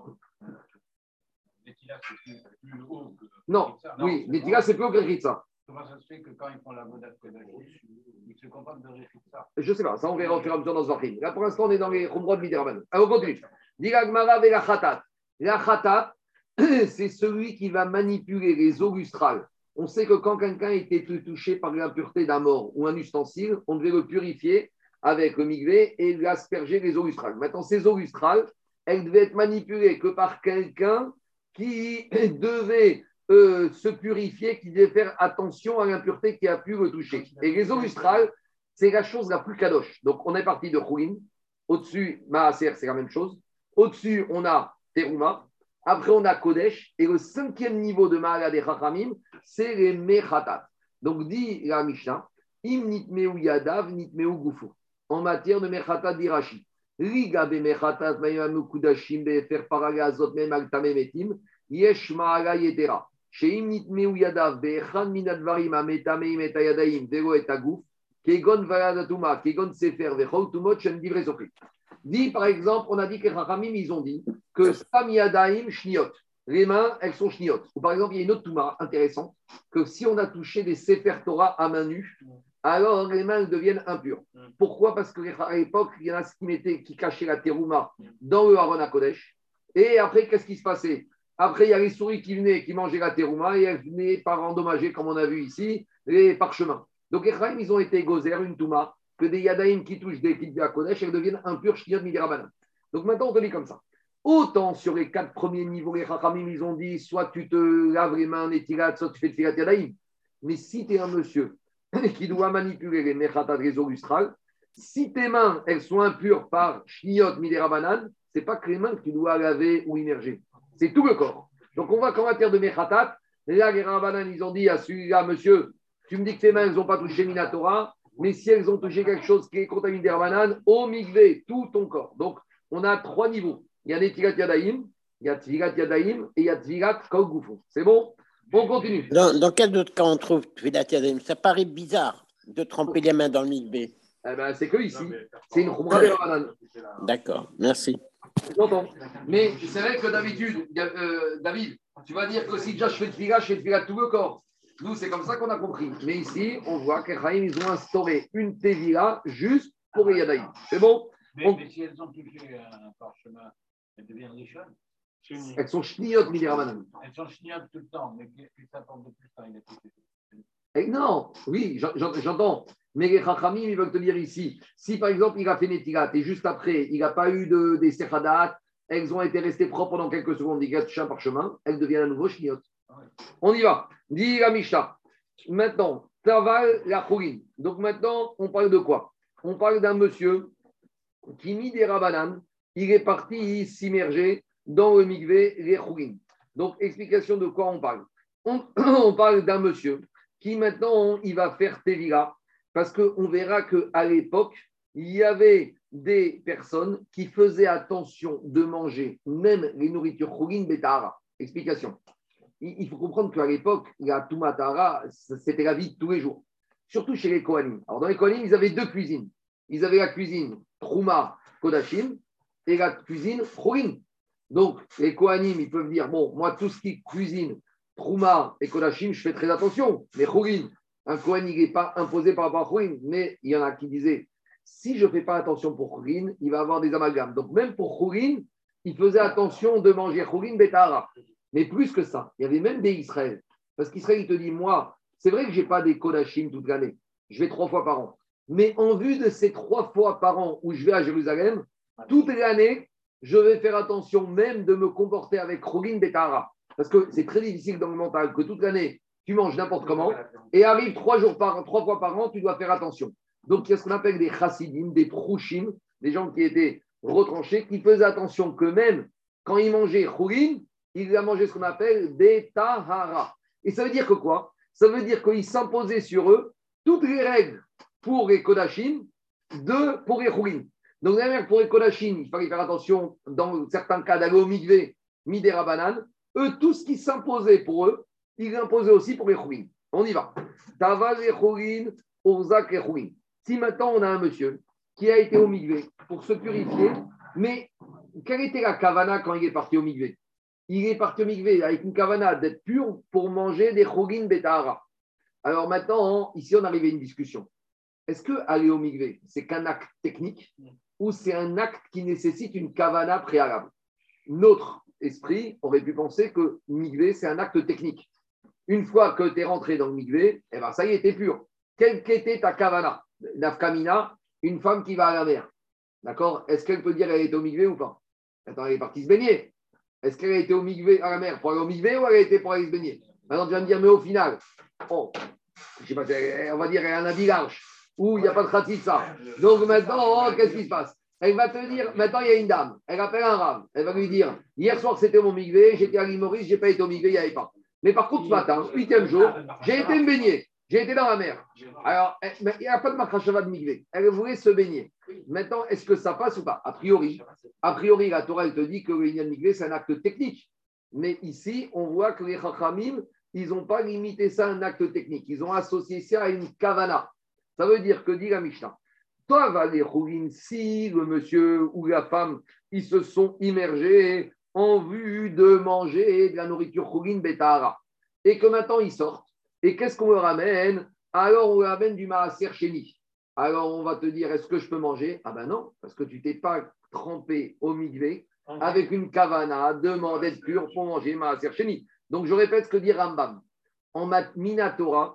Netila, c'est plus haut que. Non, oui, Netila, c'est plus haut que Ritza. Comment ça se fait que quand ils font la Modat Kodesh, ils se contentent de Ritza? Je ne sais pas, ça on verra au fur et à mesure dans ce Vachim. Là, pour l'instant, on est dans les Khumrod Midé Ramanan. Alors, on continue. Diragmara ve la Khatat. La Khatat, c'est celui qui va manipuler les eaux lustrales. On sait que quand quelqu'un était touché par l'impureté d'un mort ou un ustensile, on devait le purifier avec le mikvé et lui asperger les eaux lustrales. Maintenant, ces eaux lustrales, elles devaient être manipulées que par quelqu'un qui devait euh, se purifier, qui devait faire attention à l'impureté qui a pu le toucher. Et les eaux lustrales, c'est la chose la plus kadosh. Donc, on est parti de Choulin. Au-dessus, Maaser, c'est la même chose. Au-dessus, on a Teruma. Après, on a Kodesh. Et le cinquième niveau de Mahala des Chachamim, c'est les Mechatat. Donc, dit la Mishnah, Im nitmeu yadav, nitmeu gufu. En matière de Mechatat d'Irachi. Liga be Mechatat, mayanu kudashim, be fer paraga azot, mem altame metim, yesh Mahala yetera. Sheim nitmeu yadav, be echan minadvarim, ametameim et ayadaim, vero et aguf, kegon valadatuma, kegon sefer, vechol tumot, shen divre sofri. Dit, par exemple, on a dit que les Chachamim, ils ont dit que Stam Yadaim Shniot, les mains, elles sont Shniot. Ou par exemple, il y a une autre Touma intéressante, que si on a touché des Sefer Torah à main nue, alors les mains elles deviennent impures. Pourquoi? Parce qu'à l'époque, il y en a qui, mettaient, qui cachaient la terouma dans le Haron HaKodesh. Et après, qu'est-ce qui se passait? Après, il y a les souris qui venaient, qui mangeaient la terouma, et elles venaient par endommager, comme on a vu ici, les parchemins. Donc les Chachamim, ils ont été gozer, une Touma, que des Yadaïm qui touchent des Pitbi à Kodesh, elles deviennent impures, Shniot Midirabanan. Donc maintenant, on te dit comme ça. Autant sur les quatre premiers niveaux, les Chachamim, ils ont dit soit tu te laves les mains, Netilat, soit tu fais Tfilat Yadaïm. Mais si tu es un monsieur qui doit manipuler les Mechatat réseau lustral, si tes mains, elles sont impures par Shniot Midirabanan, ce n'est pas que les mains que tu dois laver ou immerger. C'est tout le corps. Donc on voit qu'en matière de Mechatat, là, les Rabbanan, ils ont dit à celui-là, monsieur, tu me dis que tes mains, elles n'ont pas touché Minatora. Mais si elles ont touché quelque chose qui est contaminé d'Herbanan, au mikvé, tout ton corps. Donc, on a trois niveaux. Il y a Netilat Yadaïm, il y a Tvilat Yadaïm et il y a Tvilat Kol Gufo. C'est bon? On continue. Dans, dans quel autre cas on trouve Tvilat Yadaïm? Ça paraît bizarre de tremper les mains dans le mikvé. Eh ben, c'est que ici. C'est une Khumra d'Herbanan. D'accord, merci. J'entends. Mais c'est vrai que d'habitude, euh, David, tu vas dire que si déjà je fais Tvilat, je fais Tvilat tout le corps. Nous, c'est comme ça qu'on a compris. Mais ici, on voit que les Chaim, ils ont instauré une Tevila juste pour les Yadaïm. C'est bon? Mais, on... mais si elles ont touché un parchemin, elles deviennent richonnes. Elles sont Shniot Midirabanan. Elles sont Shniot tout le temps, mais qu'est-ce que ça apporte de plus quand il est touché? Et non, oui, j'entends. Mais les Chachamim, ils veulent te dire ici, si par exemple il a fait Netilat et juste après, il n'a pas eu de, des Sechadat, elles ont été restées propres pendant quelques secondes, il gâte un parchemin, elles deviennent à nouveau Shniot. On y va. Dit la Mishnah. Maintenant, Taval la Choulin. Donc maintenant, on parle de quoi? On parle d'un monsieur qui mit des Rabanan, il est parti s'immerger dans le Mikvé, les Choulin. Donc, explication de quoi on parle. On, on parle d'un monsieur qui maintenant, il va faire Tevila, parce qu'on verra qu'à l'époque, il y avait des personnes qui faisaient attention de manger même les nourritures Choulin Betahara. Explication. Il faut comprendre qu'à l'époque, la Toumatara, c'était la vie de tous les jours, surtout chez les Kohanim. Alors, dans les Kohanim, ils avaient deux cuisines. Ils avaient la cuisine Trouma Kodashim et la cuisine Choulin. Donc, les Kohanim, ils peuvent dire, bon, moi, tout ce qui est cuisine Trouma et Kodashim, je fais très attention. Mais Choulin, un Kohen, il n'est pas imposé par rapport à Choulin. Mais il y en a qui disaient, si je ne fais pas attention pour Choulin, il va avoir des amalgames. Donc, même pour Choulin, il faisait attention de manger Choulin Betahara. Mais plus que ça, il y avait même des Israël. Parce qu'Israël, il te dit, moi, c'est vrai que je n'ai pas des Kodashim toute l'année. Je vais trois fois par an. Mais en vue de ces trois fois par an où je vais à Jérusalem, toute l'année, je vais faire attention même de me comporter avec Choulin Betahara. Parce que c'est très difficile dans le mental que toute l'année, tu manges n'importe comment. Et arrive trois, jours par, trois fois par an, tu dois faire attention. Donc, il y a ce qu'on appelle des chassidim, des prouchim, des gens qui étaient retranchés, qui faisaient attention que même quand ils mangeaient Choulin, il a mangé ce qu'on appelle des tahara. Et ça veut dire que quoi? Ça veut dire qu'il s'imposait sur eux toutes les règles pour les kodashim de, pour les choulin. Donc, la même pour les kodashim, il fallait faire attention, dans certains cas, d'aller au mikvé, midera banane. Eux, tout ce qui s'imposait pour eux, il l'imposait aussi pour les choulin. On y va. Taval les choulin, orzak les choulin. Si maintenant on a un monsieur qui a été au mikvé pour se purifier, mais quelle était la kavana quand il est parti au mikvé? Il est parti au mikvé avec une kavana d'être pur pour manger des choulin betahara. Alors maintenant, ici, on arrive à une discussion. Est-ce que aller au mikvé, c'est qu'un acte technique ou c'est un acte qui nécessite une kavana préalable? Notre esprit aurait pu penser que mikvé, c'est un acte technique. Une fois que tu es rentré dans le mikvé, eh ben, ça y est, tu es pur. Quelle était ta kavana? Nafkamina, une femme qui va à la mer. D'accord? Est-ce qu'elle peut dire qu'elle est au mikvé ou pas? Attends, elle est partie se baigner. Est-ce qu'elle a été au mikvé à la mer pour aller au mikvé ou elle a été pour aller se baigner? Maintenant, tu vas me dire, mais au final, oh, je sais pas, on va dire qu'elle a un habit large où il n'y a pas de khatitsa. Donc maintenant, oh, qu'est-ce qui se passe? Elle va te dire, maintenant il y a une dame, elle appelle un rave, elle va lui dire, hier soir c'était mon mikvé, j'étais à l'île Maurice, je n'ai pas été au mikvé, il n'y avait pas. Mais par contre, ce matin, huitième jour, j'ai été me baigner, j'ai été dans la mer. Alors, il n'y a pas de makrashava de mikvé, elle voulait se baigner. Maintenant, est-ce que ça passe ou pas? A priori, a priori, la Torah, elle te dit que le Inyan mikvé, c'est un acte technique. Mais ici, on voit que les chachamim, ils n'ont pas limité ça à un acte technique. Ils ont associé ça à une kavana. Ça veut dire que, dit la Mishnah, toi, va les choulin, si le monsieur ou la femme, ils se sont immergés en vue de manger de la nourriture choulin betahara, et que maintenant ils sortent, et qu'est-ce qu'on leur amène? Alors, on leur amène du maaser sheni. Alors, on va te dire, est-ce que je peux manger? Ah ben non, parce que tu t'es pas trempé au mikvé avec une kavana, demande d'être pur pour manger maaser sheni. Donc, je répète ce que dit Rambam. En mat minatora,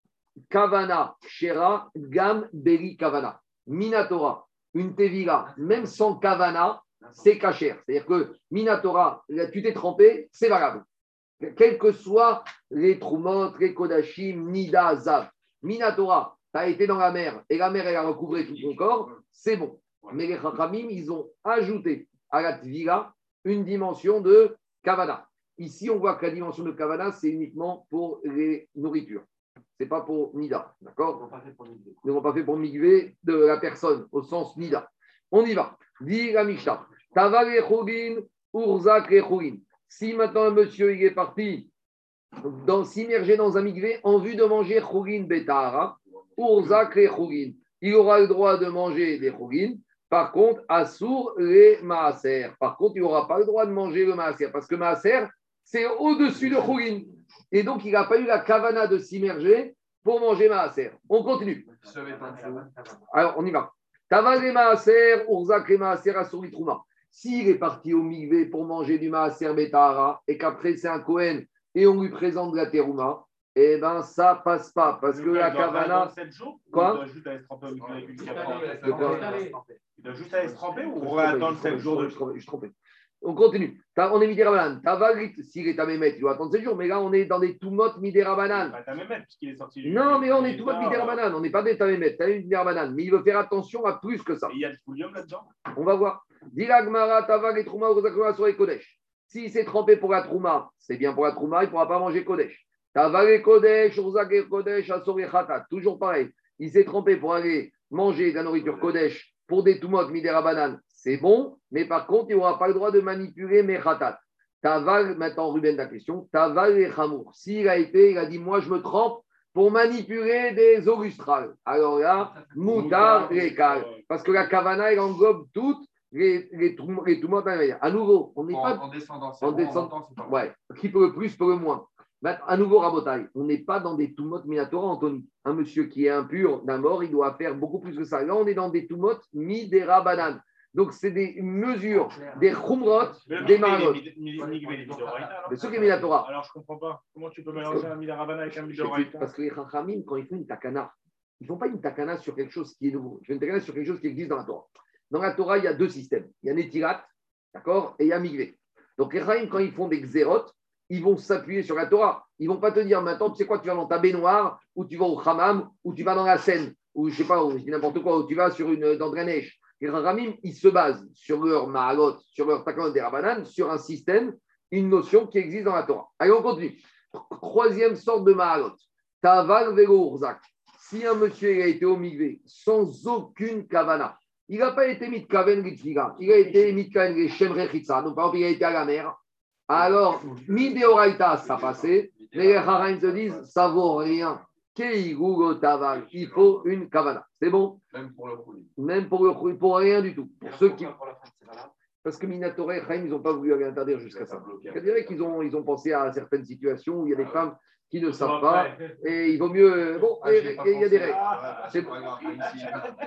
kavana shera gam beri kavana. Minatora, une tevila, même sans kavana, c'est kacher. C'est-à-dire que minatora, tu t'es trempé, c'est valable. Quels que soient les trumot, les kodashim, nida, zav. Minatora, tu as été dans la mer et la mer, elle a recouvré tout ton corps, c'est bon. Mais les chachamim, ils ont ajouté à la tvila une dimension de kavana. Ici, on voit que la dimension de kavana, c'est uniquement pour les nourritures. Ce n'est pas pour Nida, d'accord? Ils n'ont pas fait pour Migvé de la personne, au sens Nida. On y va. Dit la Mishnah. Taval et choulin, urzak et choulin. Si maintenant un monsieur il est parti dans, s'immerger dans un Migvé en vue de manger choulin betahara, urzak et choulin, il aura le droit de manger des choulin. Par contre, assour les maaser. Par contre, il n'aura pas le droit de manger le maaser parce que maaser, c'est au-dessus de choulin. Et donc, il n'a pas eu la kavana de s'immerger pour manger maaser. On continue. Alors, on y va. Taval maaser, urzak maaser, assour litrouma. S'il est parti au mikvé pour manger du maaser betahara et qu'après c'est un kohen et on lui présente de la terouma, eh bien, ça passe pas. Parce que la Kavana. sept jours, Quoi? Il doit juste aller se tremper au mikvé avec une De cavana. quoi? Il doit juste aller se tremper ou Je on va suis attendre trompé, sept jours de. je suis trompé, je suis trompé. On continue. T'as- On est Midera Banan. Tavalit, s'il est à Mémet, il doit attendre sept jours. Mais là, on est dans des Toumot Midera Banan. Bah, t'as même mettre, puisqu'il est sorti du. Non, mais on est du- Toumot du- Midera Banan. On n'est pas des Tamémet. T'as une Midera Banan. Mais il veut faire attention à plus que ça. Et il y a du foulium là-dedans. On va voir. Diragmara, Taval et Trouma, Rosakoma sur les Kodesh. S'il s'est trempé pour la Trouma, c'est bien pour la Trouma, il ne pourra pas manger Kodesh. Taval et Kodesh, Rosak et Kodesh, Asor et Khatat. Toujours pareil. Il s'est trempé pour aller manger de la nourriture Kodesh pour des Toumot Midera Banan. C'est bon, mais par contre, il n'aura pas le droit de manipuler mes Khatat. Taval, maintenant, Ruben, la question. Taval et Chamour. S'il a été, il a dit, moi, je me trempe pour manipuler des eaux lustrales. Alors là, Moutar, les Kal. Parce que la Kavana, elle englobe toutes les, les, trou- les Toumot. À nouveau, on n'est En, pas. en descendant, c'est En bon, descendant. montant, c'est pas bon. Ouais, qui peut le plus, peut le moins. Maintenant, à nouveau, Rabotai, on n'est pas dans des Toumot Minatora, Anthony. Un monsieur qui est impur d'un mort, il doit faire beaucoup plus que ça. Là, on est dans des Toumot Midera Banan. Donc, c'est des mesures, des Khumrot, des Marot. Mais ceux qui est Minatora. Alors, je comprends pas. Comment tu peux mélanger un Midarabana avec un Midoraita? Parce que les Chachamim, quand ils font une takana, ils ne font pas une takana sur quelque chose qui est nouveau. Ils font une takana sur quelque chose qui existe dans la Torah. Dans la Torah, il y a deux systèmes. Il y a Netirat, d'accord, et il y a Migvé. Donc, les Chachamim, quand ils font des Xérot, ils vont s'appuyer sur la Torah. Ils ne vont pas te dire maintenant, tu sais quoi, tu vas dans ta baignoire, ou tu vas au Hammam, ou tu vas dans la Seine, ou je ne sais pas, ou je dis n'importe quoi, ou tu vas sur une, dans Drainage. Les Chachamim, ils se basent sur leur Mahalot, sur leur Takanot des Rabbanan, sur un système, une notion qui existe dans la Torah. Allez, on continue. Troisième sorte de Mahalot. Taval velo urzak. Si un monsieur a été au migvé sans aucune kavana, il n'a pas été mit kaven ritfiga, il a été mit kaven reshem rechitza, donc par exemple, il a été à la mer. Alors, mideoraita, ça passait, mais les Chachamim se disent, ça vaut rien. Keirugo taval, il faut une kavana. C'est bon? Même pour le roulis. Même pour le pour rien du tout. Pour ceux qui. Parce que Minatora et Chaim, ils n'ont pas voulu aller interdire jusqu'à ça. Je dirais qu'ils ont, ils ont pensé à certaines situations où il y a des femmes qui ne savent pas et il vaut mieux. Bon, Ah, et- j'y ai pas et il y a des pensé. règles. Ah, C'est- pas grave, ici.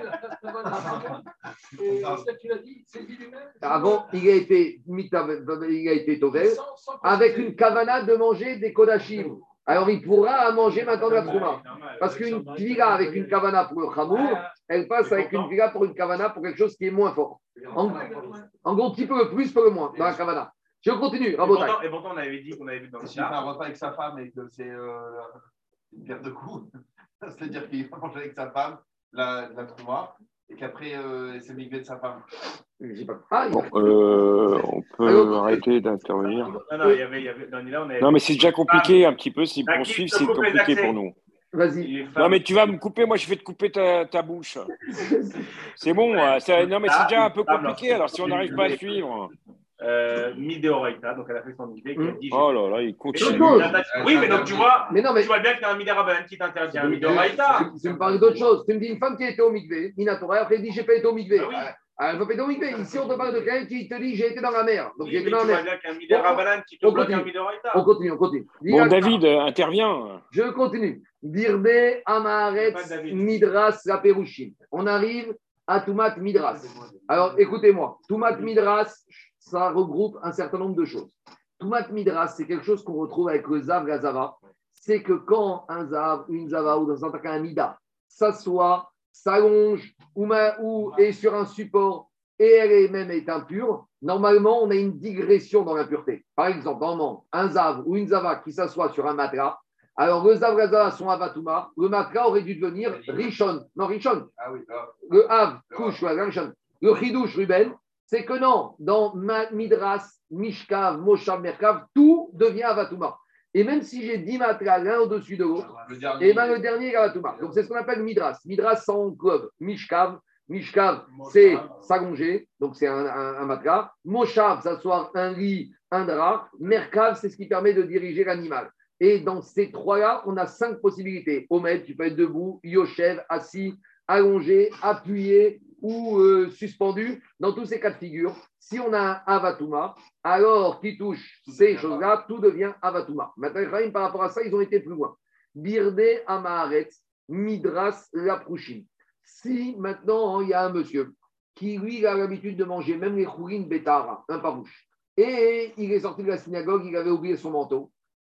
Et ce que tu l'as dit, c'est dit lui-même. Avant, il a été mita- il a été tovel Sans- sans avec préciser. une kavana de manger des kodachim. Alors il pourra manger maintenant de la trouma. Parce qu'une tvila avec une kavana pour le chamour, elle passe avec une tvila pour une kavana pour quelque chose qui est moins fort. En, en gros, qui peut le plus, peut le moins dans la kavana. Je continue, Et Rabotai. pourtant, et pourtant, on avait dit qu'on avait vu dans le S'il fait un char. repas avec sa femme et que c'est euh, une perte de coups, c'est-à-dire qu'il va manger avec sa femme la, la trouma et qu'après euh, c'est migré de sa femme. J'ai pas- Ah, il- Bon, euh, on peut Alors, arrêter d'intervenir. Non, non, il y avait, il y avait, dans là, on avait Non, mais c'est déjà compliqué un petit peu. S'ils Bah, qui poursuivent, te c'est coupe les compliqué accès pour nous. Vas-y. les Non, femmes. mais tu vas me couper, moi je vais te couper ta, ta bouche. C'est bon, euh, ça- non, mais c'est déjà un peu Ah, compliqué. alors, Alors si on n'arrive pas à suivre. Euh, Mideoraita, donc elle a fait son idée, qui a dit. Oh là là, il Mais continue. donc, oui, mais donc tu vois, Mais non, mais tu vois bien que tu as un Miderabanan qui t'interdit un Mideoraita. tu me parles d'autre chose. Tu me dis une femme qui a été au mikvé, Minatora, après elle dit j'ai pas été au mikvé. Bah oui. Ah, elle ne veut pas être au mikvé. Ici, on te parle de quelqu'un qui te dit j'ai été dans la mer. Donc Oui, j'ai mais été tu dans la vois mer. bien qu'un Miderabanan qui te On bloque continue. un Mideoraita. On continue, on continue. Bon, David, euh, intervient. Je continue. Birde Amaretz Pas David. Midras la Perushim. On arrive à Toumat Midras. Alors écoutez-moi, Toumat Midras, ça regroupe un certain nombre de choses. Toumat Midras, c'est quelque chose qu'on retrouve avec le Zav, la Zava. C'est que quand un Zav, une Zava ou dans un cas un Mida s'assoit, s'allonge ou, ma- ou est sur un support et elle est même est impure, normalement on a une digression dans l'impureté. Par exemple, normalement, un Zav ou une Zava qui s'assoit sur un matelas. Alors, le Zav, la Zava sont Avatouma. Le matelas aurait dû devenir Rishon. Non, Rishon. Ah oui, là. Le Av, couche, ouais, Rishon. Le Chidouche, Ruben, c'est que non, dans Ma- Midras, Mishkav, Moshav, Merkav, tout devient Avatouma. Et même si j'ai dix matelas l'un au-dessus de l'autre, Le dernier. et bien le dernier est Avatouma. Donc, c'est ce qu'on appelle Midras. Midras, ça englobe Mishkav. Mishkav, c'est s'allonger, donc c'est un, un, un matelas. Moshav, s'asseoir un lit, un drap. Merkav, c'est ce qui permet de diriger l'animal. Et dans ces trois-là, on a cinq possibilités. Omed, tu peux être debout, Yoshev, assis, allongé, appuyé ou euh, suspendu. Dans tous ces cas de figure, si on a un Avatouma, alors qui touche ces choses-là, tout devient Avatouma. Maintenant, par rapport à ça, ils ont été plus loin. Birde Amaharetz, Midras Laprushim. Si maintenant, il y a un monsieur qui, lui, il a l'habitude de manger même les chourines bétara, un parouche, et il est sorti de la synagogue, il avait oublié son manteau.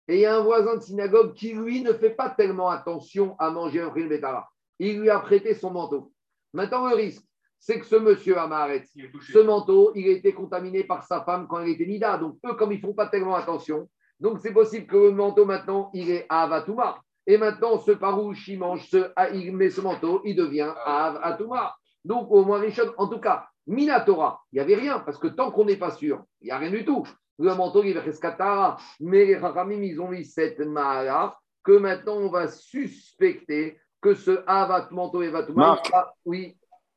et il y a un voisin de synagogue qui, lui, ne fait pas tellement attention à manger un fruit de bétara. Il lui a prêté son manteau. Maintenant, le risque, c'est que ce monsieur Amaret, ce manteau, il a été contaminé par sa femme quand elle était nida. Donc, eux, comme ils ne font pas tellement attention, donc c'est possible que le manteau, maintenant, il est Avatouma. Et maintenant, ce parouche, il mange, ce, il met ce manteau, il devient Avatouma. Donc, au moins, Richard, en tout cas, Minatora, il n'y avait rien, parce que tant qu'on n'est pas sûr, il n'y a rien du tout. Le manteau, il est rescatara. Mais les Chachamim, ils ont mis cette mahala que maintenant, on va suspecter que ce Avat manteau et Vatouma. Marc, ah, oui.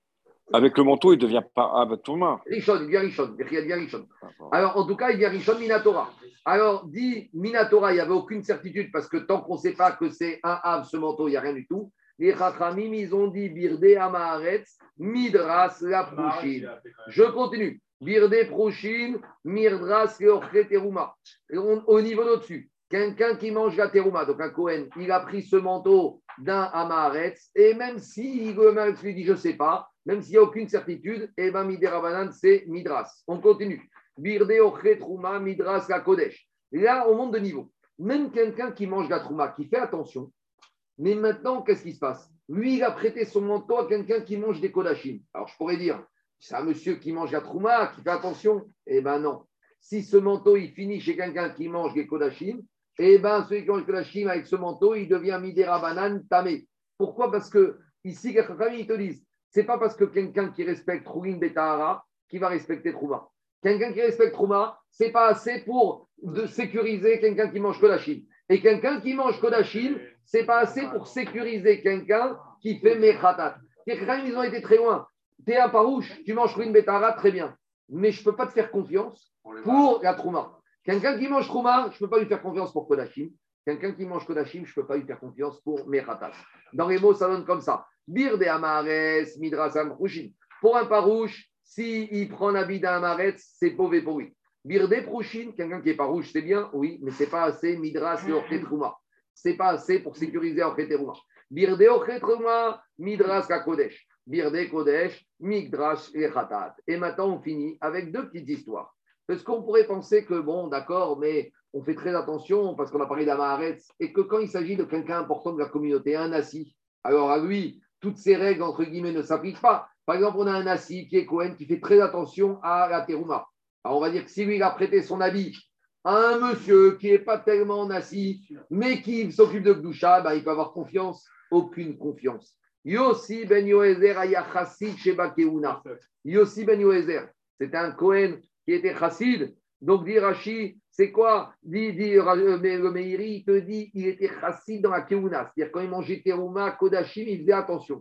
Avec le manteau, il ne devient pas Avatouma. Rishon, il devient Rishon. Il devient Rishon. Alors, en tout cas, il devient Rishon Minatora. Alors, dit Minatora, il n'y avait aucune certitude parce que tant qu'on ne sait pas que c'est un Av, ce manteau, il n'y a rien du tout. Les Chachamim, ils ont dit Birde Amaharetz, Midras la Prouchine. Je continue. Birde Prouchine, Midras Leorchet Teruma. Au niveau d'au-dessus, quelqu'un qui mange la Teruma, donc un Kohen, il a pris ce manteau d'un Amaharetz, et même si le Amaharetz lui dit je ne sais pas, même s'il n'y a aucune certitude, eh bien, Miderabanan, c'est Midras. On continue. Birde Orchet Trouma, Midras la Kodesh. Là, on monte de niveau. Même quelqu'un qui mange la Trouma, qui fait attention, mais maintenant, qu'est-ce qui se passe? Lui, il a prêté son manteau à quelqu'un qui mange des Kodachim. Alors, je pourrais dire, c'est un monsieur qui mange la Trouma, qui fait attention. Eh bien, non. Si ce manteau, il finit chez quelqu'un qui mange des Kodachim, eh bien, celui qui mange des Kodachim avec ce manteau, il devient Miderabanan Tamé. Pourquoi? Parce que ici, les familles, ils te disent, c'est pas parce que quelqu'un qui respecte Trougin Betahara qui va respecter Trouma. Quelqu'un qui respecte Trouma, c'est pas assez pour de sécuriser quelqu'un qui mange Kodachim. Et quelqu'un qui mange Kodachim, c'est pas assez pour sécuriser quelqu'un qui fait Mechatat. Ils ont été très loin. Tu es un parouche, tu manges Trougin Betahara, très bien. Mais je ne peux pas te faire confiance pour la Trouma. Quelqu'un qui mange Trouma, je ne peux pas lui faire confiance pour Kodachim. Quelqu'un qui mange Kodachim, je ne peux pas lui faire confiance pour Mechatat. Dans les mots, ça donne comme ça. Bir de Amaretz, Midras Amrouchin. Pour un parouche, s'il prend l'habit d'un Amaretz, c'est pauvre pour lui. Bir de Prouchin, quelqu'un qui est parouche, c'est bien, oui, mais ce n'est pas assez Midras et Orchet Trouma. Ce n'est pas assez pour sécuriser Orchet Trouma. Bir de Orchet Trouma, Midras la Kodesh. Bir de Kodesh, Migdrash et Khatat. Et maintenant, on finit avec deux petites histoires. Parce qu'on pourrait penser que, bon, d'accord, mais on fait très attention parce qu'on a parlé d'Amaretz et que quand il s'agit de quelqu'un important de la communauté, un Nassi, alors à lui, toutes ces règles, entre guillemets, ne s'appliquent pas. Par exemple, on a un Nassi qui est Cohen, qui fait très attention à la Terouma. Alors, on va dire que si lui, il a prêté son habit à un monsieur qui n'est pas tellement Nassi, mais qui s'occupe de Gdoucha, ben, il peut avoir confiance. Aucune confiance. Yossi ben Yoézer aya chassid sheba keuna. Yossi ben Yoézer, c'était un Cohen qui était chassid. Donc, dit Rashi, c'est quoi? Dit, dit le Meiri, il te dit, il était chassid dans la keuna. C'est-à-dire, quand il mangeait terouma, kodashim, il faisait attention.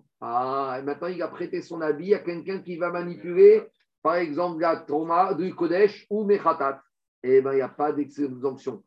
Ah, et maintenant, il a prêté son habit à quelqu'un qui va manipuler, par exemple, la trauma du kodesh ou mechatat. Eh bien, il n'y a pas d'exemption.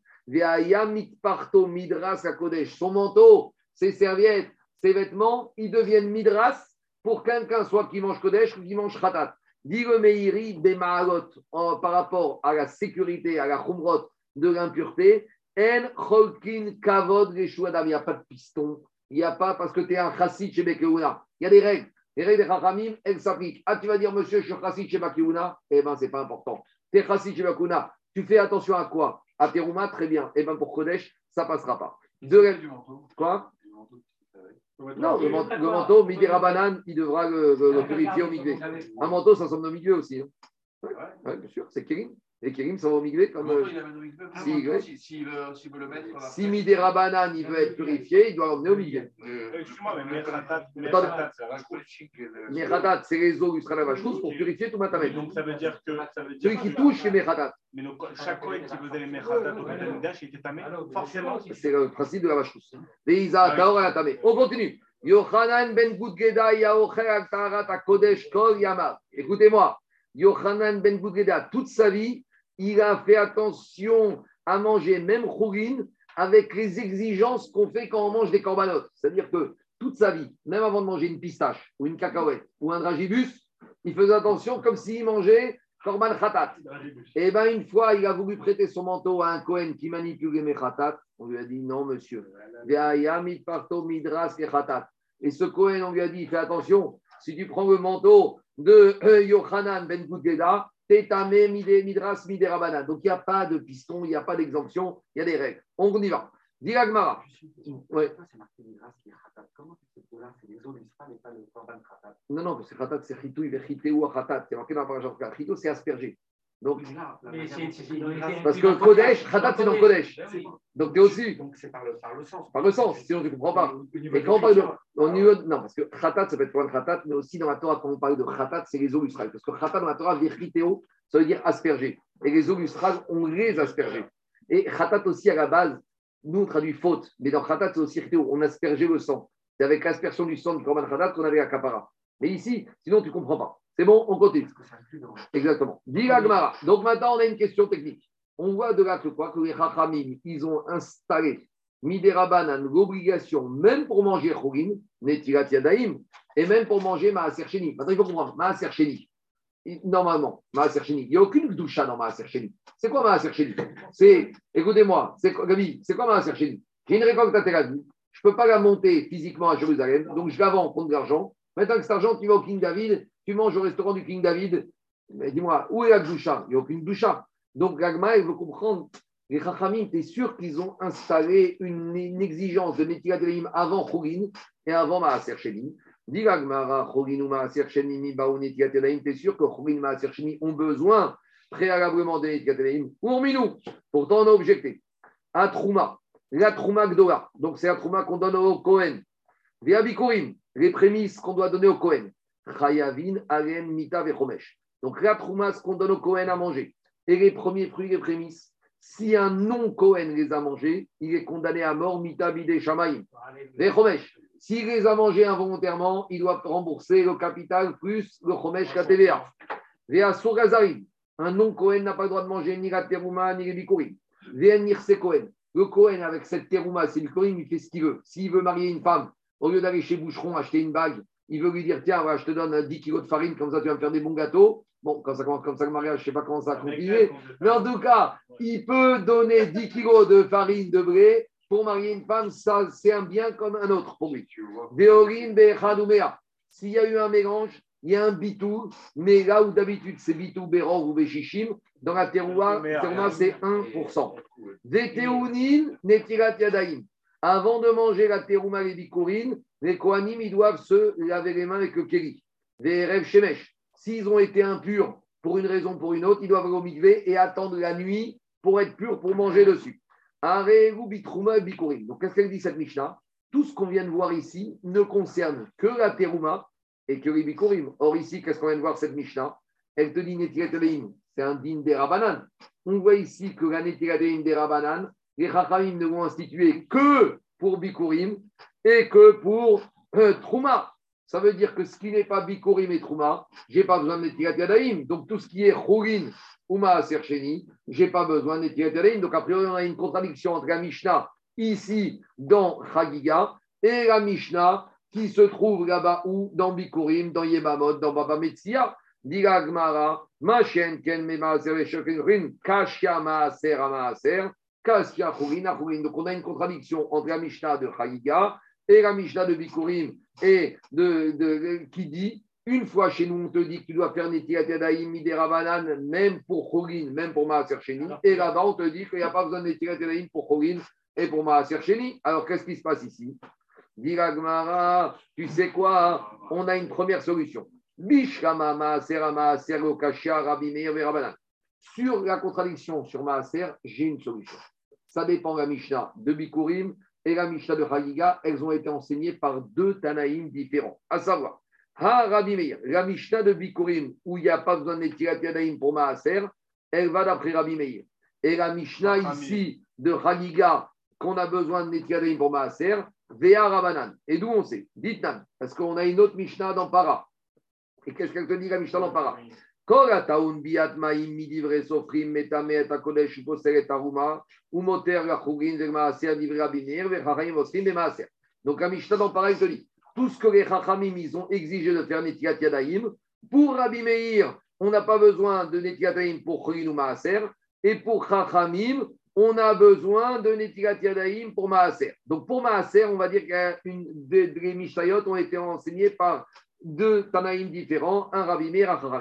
Mitparto midras la kodesh. Son manteau, ses serviettes, ses vêtements, ils deviennent midras pour quelqu'un, soit qui mange kodesh ou qui mange khatat. Dit le Meiri, des ma'alot, par rapport à la sécurité, à la chumrot de l'impureté, en cholkin kavod leshuadam. Il n'y a pas de piston. Il n'y a pas parce que tu es un chassid chez Bekeuna. Il y a des règles. Les règles des Chachamim, elles s'appliquent. Ah, tu vas dire, monsieur, je suis chassid chez Bekeuna. Eh bien, ce n'est pas important. Tu es chassid chez Bekeuna. Tu fais attention à quoi? À Terouma, très bien. Eh bien, pour Kodesh, ça ne passera pas. Deux règles. Quoi? Non, le manteau, le manteau Midi Rabanan, il devra le, le, le purifier au migvé. Un manteau, ça semble au migvé aussi. Hein. Ouais, ouais, bien sûr, c'est Kérim. Et Kérim, ça va au migvé comme. Le manteau, il amène au migvé. Si, ouais. si, si, veut, si veut le mettre. Si Midi Rabanan, il veut être purifié, il doit l'emmener au migvé. Excuse-moi, mais Mechatat, Mechatat, c'est les eaux du Sranavachous pour purifier tout Matamet. Donc ça veut dire que. Celui qui touche les Mechatat. Mais chaque Kohen qui faisait les Mechatat au Betamidash, il était tamé, forcément. C'est le principe de la Vachous. Les Isa, Taor et Tamé. On continue. Yochanan ben Boudgeda Yaocher Aktarat Kodesh Kol Yamar. Écoutez-moi, Yochanan ben Boudgeda, toute sa vie, il a fait attention à manger même chourine avec les exigences qu'on fait quand on mange des corbanotes. C'est-à-dire que toute sa vie, même avant de manger une pistache ou une cacahuète ou un dragibus, il faisait attention comme s'il mangeait korban khatat. Et bien une fois, il a voulu prêter son manteau à un Kohen qui manipulait mes khatat. On lui a dit non, monsieur. Et ce Kohen, on lui a dit fais attention, si tu prends le manteau de Yochanan ben Boudgeda, Tétamé, Midras, Miderabanan. Donc il n'y a pas de piston, il n'y a pas d'exemption, il y a des règles. On y va. Dis Agmara. Ouais. C'est marqué Midras qui est Khatat. Comment tu sais que là, c'est les eaux du Sral et pas le Korban Khatat? Non, non, parce que Khatat, c'est Chitou, Vechiteu, Khatat. C'est marqué dans la paragraphe. Chitou, c'est aspergé. Donc, Mais c'est- c'est- c'est- parce que Kodesh, Khatat, c'est dans Kodesh. Donc, tu es au-dessus. Donc, c'est par le, par le sens. Par le sens, sinon tu ne comprends pas. Au niveau Et de quand on parle de. l'écriture, Au niveau de- non, parce que Khatat, ça peut être pour un Khatat, mais aussi dans la Torah, quand on parle de Khatat, c'est les eaux lustrales. Parce que Khatat, dans la Torah, Vechiteu, ça veut dire asperger. Et les eaux lustrales, on les aspergé. Et Khatat aussi, à la base, nous, on traduit faute. Mais dans Khatat, c'est aussi Chitou, on aspergeait le sang. C'est avec l'aspersion du sang du Korban Khatat qu'on avait la kapara. Mais ici, sinon, tu ne comprends pas. C'est bon, on continue. Exactement. Dis la Gemara. Donc maintenant, on a une question technique. On voit de là que quoi? Que les Chachamim, ils ont installé Miderabanan, l'obligation, même pour manger Chougin, Netilat Yadaim, et même pour manger Maaser Sheni. Maintenant, il faut comprendre. Maaser Sheni. Normalement, Maaser Sheni. Il n'y a aucune Gdusha dans Maaser Sheni. C'est quoi Maaser Sheni? C'est, écoutez-moi, c'est, Gabi, c'est quoi Maaser Sheni? J'ai une récolte à Tel Aviv. Je ne peux pas la monter physiquement à Jérusalem, donc je la vends contre de l'argent. Maintenant que cet argent, tu vas au King David, tu manges au restaurant du King David. Mais dis-moi, où est la Gdusha? Il n'y a aucune Gdusha. Donc, l'Agma, il veut comprendre. Les Chachamim, tu es sûr qu'ils ont installé une, une exigence de Netilat Yadayim avant Chougin et avant Maaser Sheni. Dis l'Agmara, Chougin ou Maaser Sheni, Mibaou Netilat Yadayim, tu es sûr que Chougin et Maaser Sheni ont besoin préalablement de Netilat Yadayim ou en minou. Pourtant, on a objecté. À Trouma, la Trouma Gdola, donc c'est la Trouma qu'on donne au Kohen. Via Bikurim, les prémices qu'on doit donner au Kohen. Chayavin, Alen, Mita, Vechomesh. Donc la Trouma, ce qu'on donne au Kohen à manger. Et les premiers fruits, les prémices, si un non-Kohen les a mangés, il est condamné à mort, Mita, Bidé, Shamaïm. Vechomesh. S'il les a mangés involontairement, il doit rembourser le capital plus le Chomesh K T V A. Via Sogazarim. Un non-Kohen n'a pas le droit de manger ni la Terouma, ni les Bikurim. Via Nirse Kohen. Le Kohen, avec cette terouma, c'est le Kohen, il fait ce qu'il veut. S'il veut marier une femme, au lieu d'aller chez Boucheron acheter une bague, il veut lui dire tiens, voilà, je te donne dix kilos de farine, comme ça tu vas me faire des bons gâteaux. Bon, quand ça commence comme ça le mariage, je ne sais pas comment ça va continuer. Mais en tout cas, il peut donner dix kilos de farine de blé pour marier une femme, ça, c'est un bien comme un autre pour lui. Veorin Bechadoumea. S'il y a eu un mélange, il y a un bitou, mais là où d'habitude c'est bitou, béror ou béchichim, dans la terouma, terouma c'est un pour cent. Vétéounine, netirat yadaim. Avant de manger la terouma et les bikurim, les kohanim, ils doivent se laver les mains avec le kéli. Des rêves shemesh. S'ils ont été impurs pour une raison ou pour une autre, ils doivent aller au mikvé et attendre la nuit pour être purs pour manger dessus. Aregu bitrouma et bikurim. Donc qu'est-ce qu'elle dit cette Mishnah? Tout ce qu'on vient de voir ici ne concerne que la terouma et que les bikurim. Or ici, qu'est-ce qu'on vient de voir cette Mishnah? Elle te dit netirat yadaim. C'est un din des Rabanan. On voit ici que la netirat yadaim des Rabanan, les Chachamim ne vont instituer que pour Bikurim et que pour euh, Trouma. Ça veut dire que ce qui n'est pas Bikurim et Trouma, je n'ai pas besoin de netirat yadaim. Donc tout ce qui est Chougin ou Maaser Sheni, je n'ai pas besoin de netirat yadaim. Donc a priori, on a une contradiction entre la Mishnah ici dans Chagiga et la Mishnah qui se trouve là-bas où dans Bikurim, dans Yebamot, dans Baba Metzia. Diga Gmara, Machen Ken Me Maaser Shekhin, Kashia Maaser Maaser, Kashia Chougin Chougin. Donc on a une contradiction entre la Mishnah de Chagiga et la Mishnah de Bikurim et de, de, de qui dit une fois chez nous on te dit que tu dois faire Netilat Yadayim Miderabanan même pour Chougin, même pour Maaser Sheni, et là-bas on te dit qu'il n'y a pas besoin de Netilat Yadayim pour Chougin et pour Maaser Sheni. Alors qu'est-ce qui se passe ici? Diga Gmara, tu sais quoi? On a une première solution. Sur la contradiction sur Maaser, j'ai une solution. Ça dépend de la Mishnah de Bikurim et la Mishnah de Chagiga. Elles ont été enseignées par deux Tanaïm différents. À savoir, Ha Rabbi Meir, la Mishnah de Bikurim, où il n'y a pas besoin de Netilat Yadayim pour Maaser, elle va d'après Rabbi Meir. Et la Mishnah ici de Chagiga, qu'on a besoin de Netilat Yadayim pour Maaser, Vea Rabanan. Et d'où on sait? Dites-nam, parce qu'on a une autre Mishnah dans Para. Et qu'est-ce qu'elle te dit, la Mishnah dans Para? Donc la Mishnah dans Para, elle te dit tout ce que les Chachamim ils ont exigé de faire Netilat Yadayim, pour Rabbi Meir, on n'a pas besoin de Netilat Yadayim pour Chougin ou Maaser, et pour Chachamim, on a besoin de Netilat Yadayim pour Maaser. Donc pour Maaser, on va dire que les Mishnayot ont été enseignés par deux Tanaïm différents, un Rabbi Meir, un Chachamim.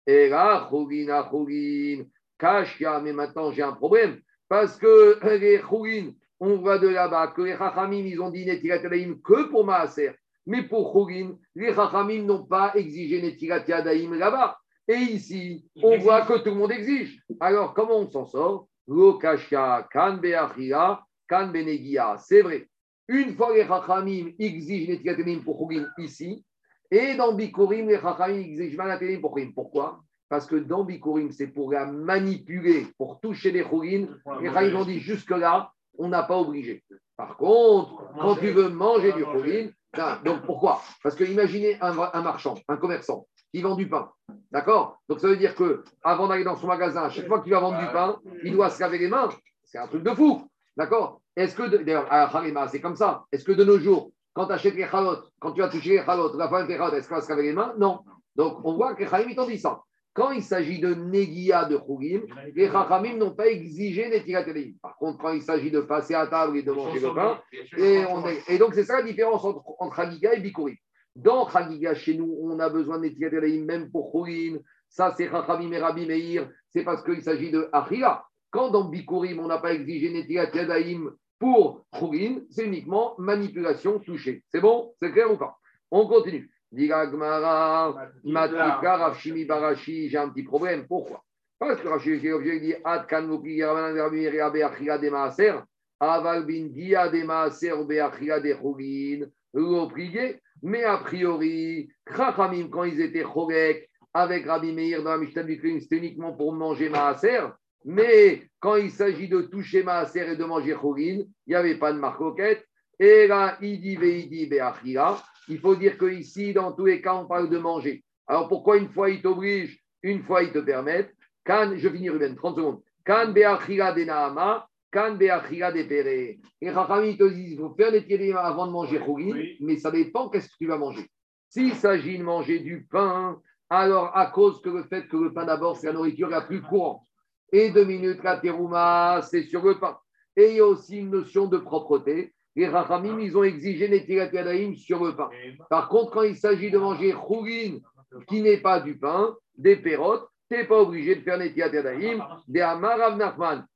Et là, Chougin, Chougin, Kashia, mais maintenant j'ai un problème. Parce que les Chougin, on voit de là-bas que les Chachamim, ils ont dit Netilat Yadayim que pour Maaser. Mais pour Chougin, les Chachamim n'ont pas exigé Netilat Yadayim là-bas. Et ici, on voit que tout le monde exige. Alors, comment on s'en sort? Lo Kashia, Kan Beachia, Kan Benegia. C'est vrai. Une fois les Chachamim exigent Netilat Yadayim pour Chougin ici, et dans Bikurim, les Chachamim exigent Netilat Yadayim pour Chougin. Pourquoi? Parce que dans Bikurim, c'est pour la manipuler, pour toucher les Chougin. Les Chachamim ont dit jusque-là, on n'a pas obligé. Par contre, quand tu veux manger du Chougin, donc pourquoi? Parce que imaginez un, un marchand, un commerçant qui vend du pain. D'accord? Donc ça veut dire qu'avant d'aller dans son magasin, à chaque fois qu'il va vendre du pain, il doit se laver les mains. C'est un truc de fou. D'accord? Est-ce que, de, d'ailleurs, à Harima, c'est comme ça. Est-ce que de nos jours, quand tu achètes les chalotes, quand tu vas toucher les chalotes, la femme des chalotes, est-ce qu'elle va se laver les mains? Non. Donc on voit que les Chachamim t'ont dit ça. Quand il s'agit de Negia de Chougin, les Chachamim n'ont pas exigé Netilat Yadayim. Par contre, quand il s'agit de passer à table et de manger le pain, et, on est, et donc c'est ça la différence entre, entre Chagiga et Bikurim. Dans Chagiga, chez nous, on a besoin de Netilat Yadayim, même pour Chougin. Ça, c'est Chachamim et Rabbi Meir, c'est parce qu'il s'agit de Achila. Quand dans Bikurim, on n'a pas exigé Netilat Yadayim pour Chougin, c'est uniquement manipulation touchée. C'est bon? C'est clair ou pas? On continue. Digagmara, Matika, Rafshimi Barashi, j'ai un petit problème. Pourquoi? Parce que Rafshimi dit Ad Kanouki, Beachila de Maaser, Aval bin Dia de Maaser, Beachila de Chougin, l'ont prié, mais a priori, Chachamim, quand ils étaient Chorek avec Rabbi Meir dans la Mishnah du Krim, c'était uniquement pour manger Maaser, mais quand il s'agit de toucher Maaser et de manger Chougin, il n'y avait pas de marcoquette. Et là, Idi Veidi Beachila. Il faut dire qu'ici, dans tous les cas, on parle de manger. Alors pourquoi une fois ils t'obligent, une fois ils te permettent? Kan, je finis Ruben, trente secondes. Kan beachila de Nahama, kan beachila de Péré. Et Chachamim te disent, il faut faire des tirs avant de manger Chougin, oui. Mais ça dépend qu'est-ce que tu vas manger. S'il s'agit de manger du pain, alors à cause que le fait que le pain d'abord, c'est la nourriture la plus courante. Et deux minutes, la terouma, c'est sur le pain. Et il y a aussi une notion de propreté. Les Rachamim, ils ont exigé Netilat Yadayim sur le pain. Par contre, quand il s'agit de manger Chougin, qui n'est pas du pain, des pérotes, tu n'es pas obligé de faire Netilat Yadayim, des Amarav Nachman.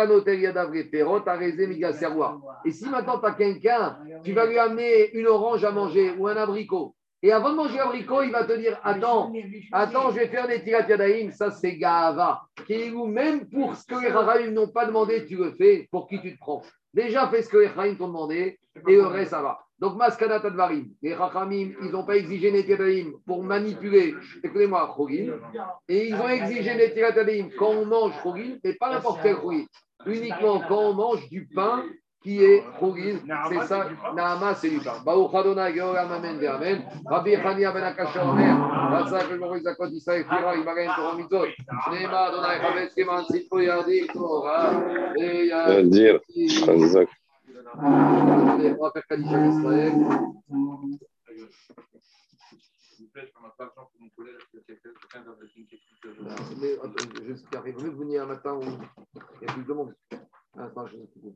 Et si maintenant tu as quelqu'un, tu vas lui amener une orange à manger ou un abricot, et avant de manger l'abricot, il va te dire Attends, attends, je vais faire Netilat Yadayim, ça c'est Gahava. Même pour ce que les Rachamim n'ont pas demandé, tu le fais, pour qui tu te prends. Déjà, fais ce que les Chachamim t'ont demandé et le reste, ça va. Donc, Maskanat Advarim, les Chachamim, ils n'ont pas exigé Netilat Yadayim pour manipuler, écoutez-moi, Chougin. Et ils ont exigé Netilat Yadayim quand on mange Chougin, mais pas n'importe quel Chougin. Uniquement quand on mange du pain qui est Chougin. C'est ça, Nahama, c'est du pain. Baruch Adonai, Geolam, Amen, Amen. Rabbi Chania ben Akasha Omer, Vatsa, Kajmoro, Izakot, Israël, Fira, Ibagen, Torah, Mitzot, Shnema, Adonai, Chavetz, Keman, Sitro, Yardi, Torah, et dire, Chazak. On va faire Kadisha Israël. Mais je sais qu'il arrive mieux de venir un matin où il y a plus de monde. Attends, je sais plus.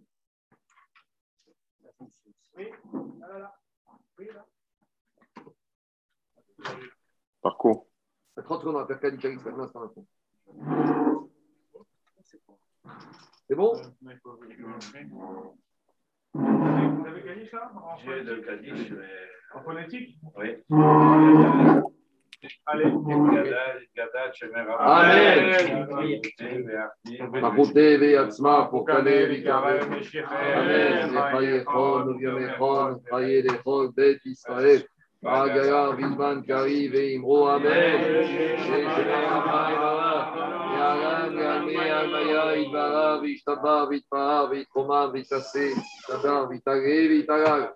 Oui, là, là. Oui, là. Parcours. trente secondes, on va faire Kadisha Israël. C'est bon? Vous avez gagné ça? J'ai de Kaddish, mais... En phonétique? Oui. Allez. Amen. Raboté ve'atzma pour Kané v'Karem. Amen. V'chayechon v'yomechon v'chaye lechon bet Israël. V'agayar v'izman kari ve'imro. Amen. Yaram yamei almaya idbara v'ishtaba v'itpara v'itchoma v'itase v'itadar v'itagé v'itagal.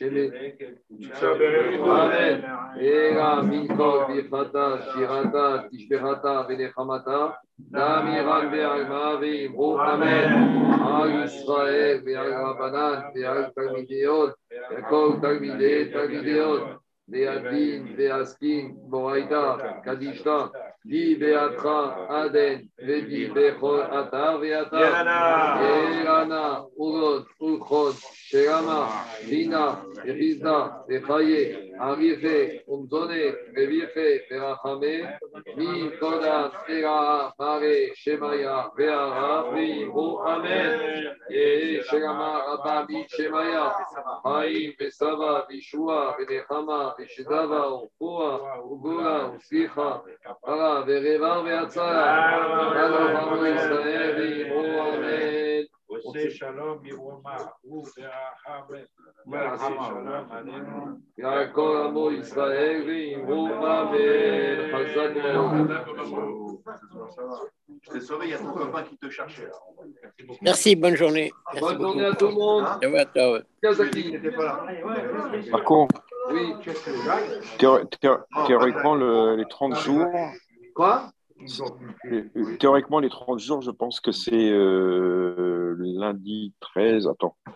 Amen. Ega minkol bifata shirata tishberata venechamata damiran ve'alma ve'imro. Amen. Al Yisrael ve'al Rabbanan ve'al Talmideot ve'kol Talmidei Talmideot ve'adin ve'askin boraita kadishta di ve'atra aden ve'di ve'chol atar ve'atar Elana urot urchot Sherama, Dina, Echizda, Echaye, Arife, Umzone, Revife, Verachame, Mi, Kodas, Era, Mare, Shemaya, Veara, Vimo, Amen. Et Shema, Rabba, Mi, Shemaya, Haïm, Vesava, Vishua, Venechama, Vishidava, Upoa, Ugula, Uslicha, Para, Vereva, Veatzara, Alabama, Israël, Vimo, Amen. עושה שלום ירומה, הוא ברחם, ועושה שלום עלינו. יעקב עמו ישראל וימרו אמן. חזק מאוד. Je t'ai sauvé, il y a ton copain qui te cherchait. Là. Merci, bonne journée. Merci bonne beaucoup. journée à tout le monde. Hein? Kazaki. Marco, oui. Théor théor théoriquement, le, les trente jours. Quoi? Théoriquement, les trente jours, je pense que c'est euh, lundi treize. Attends.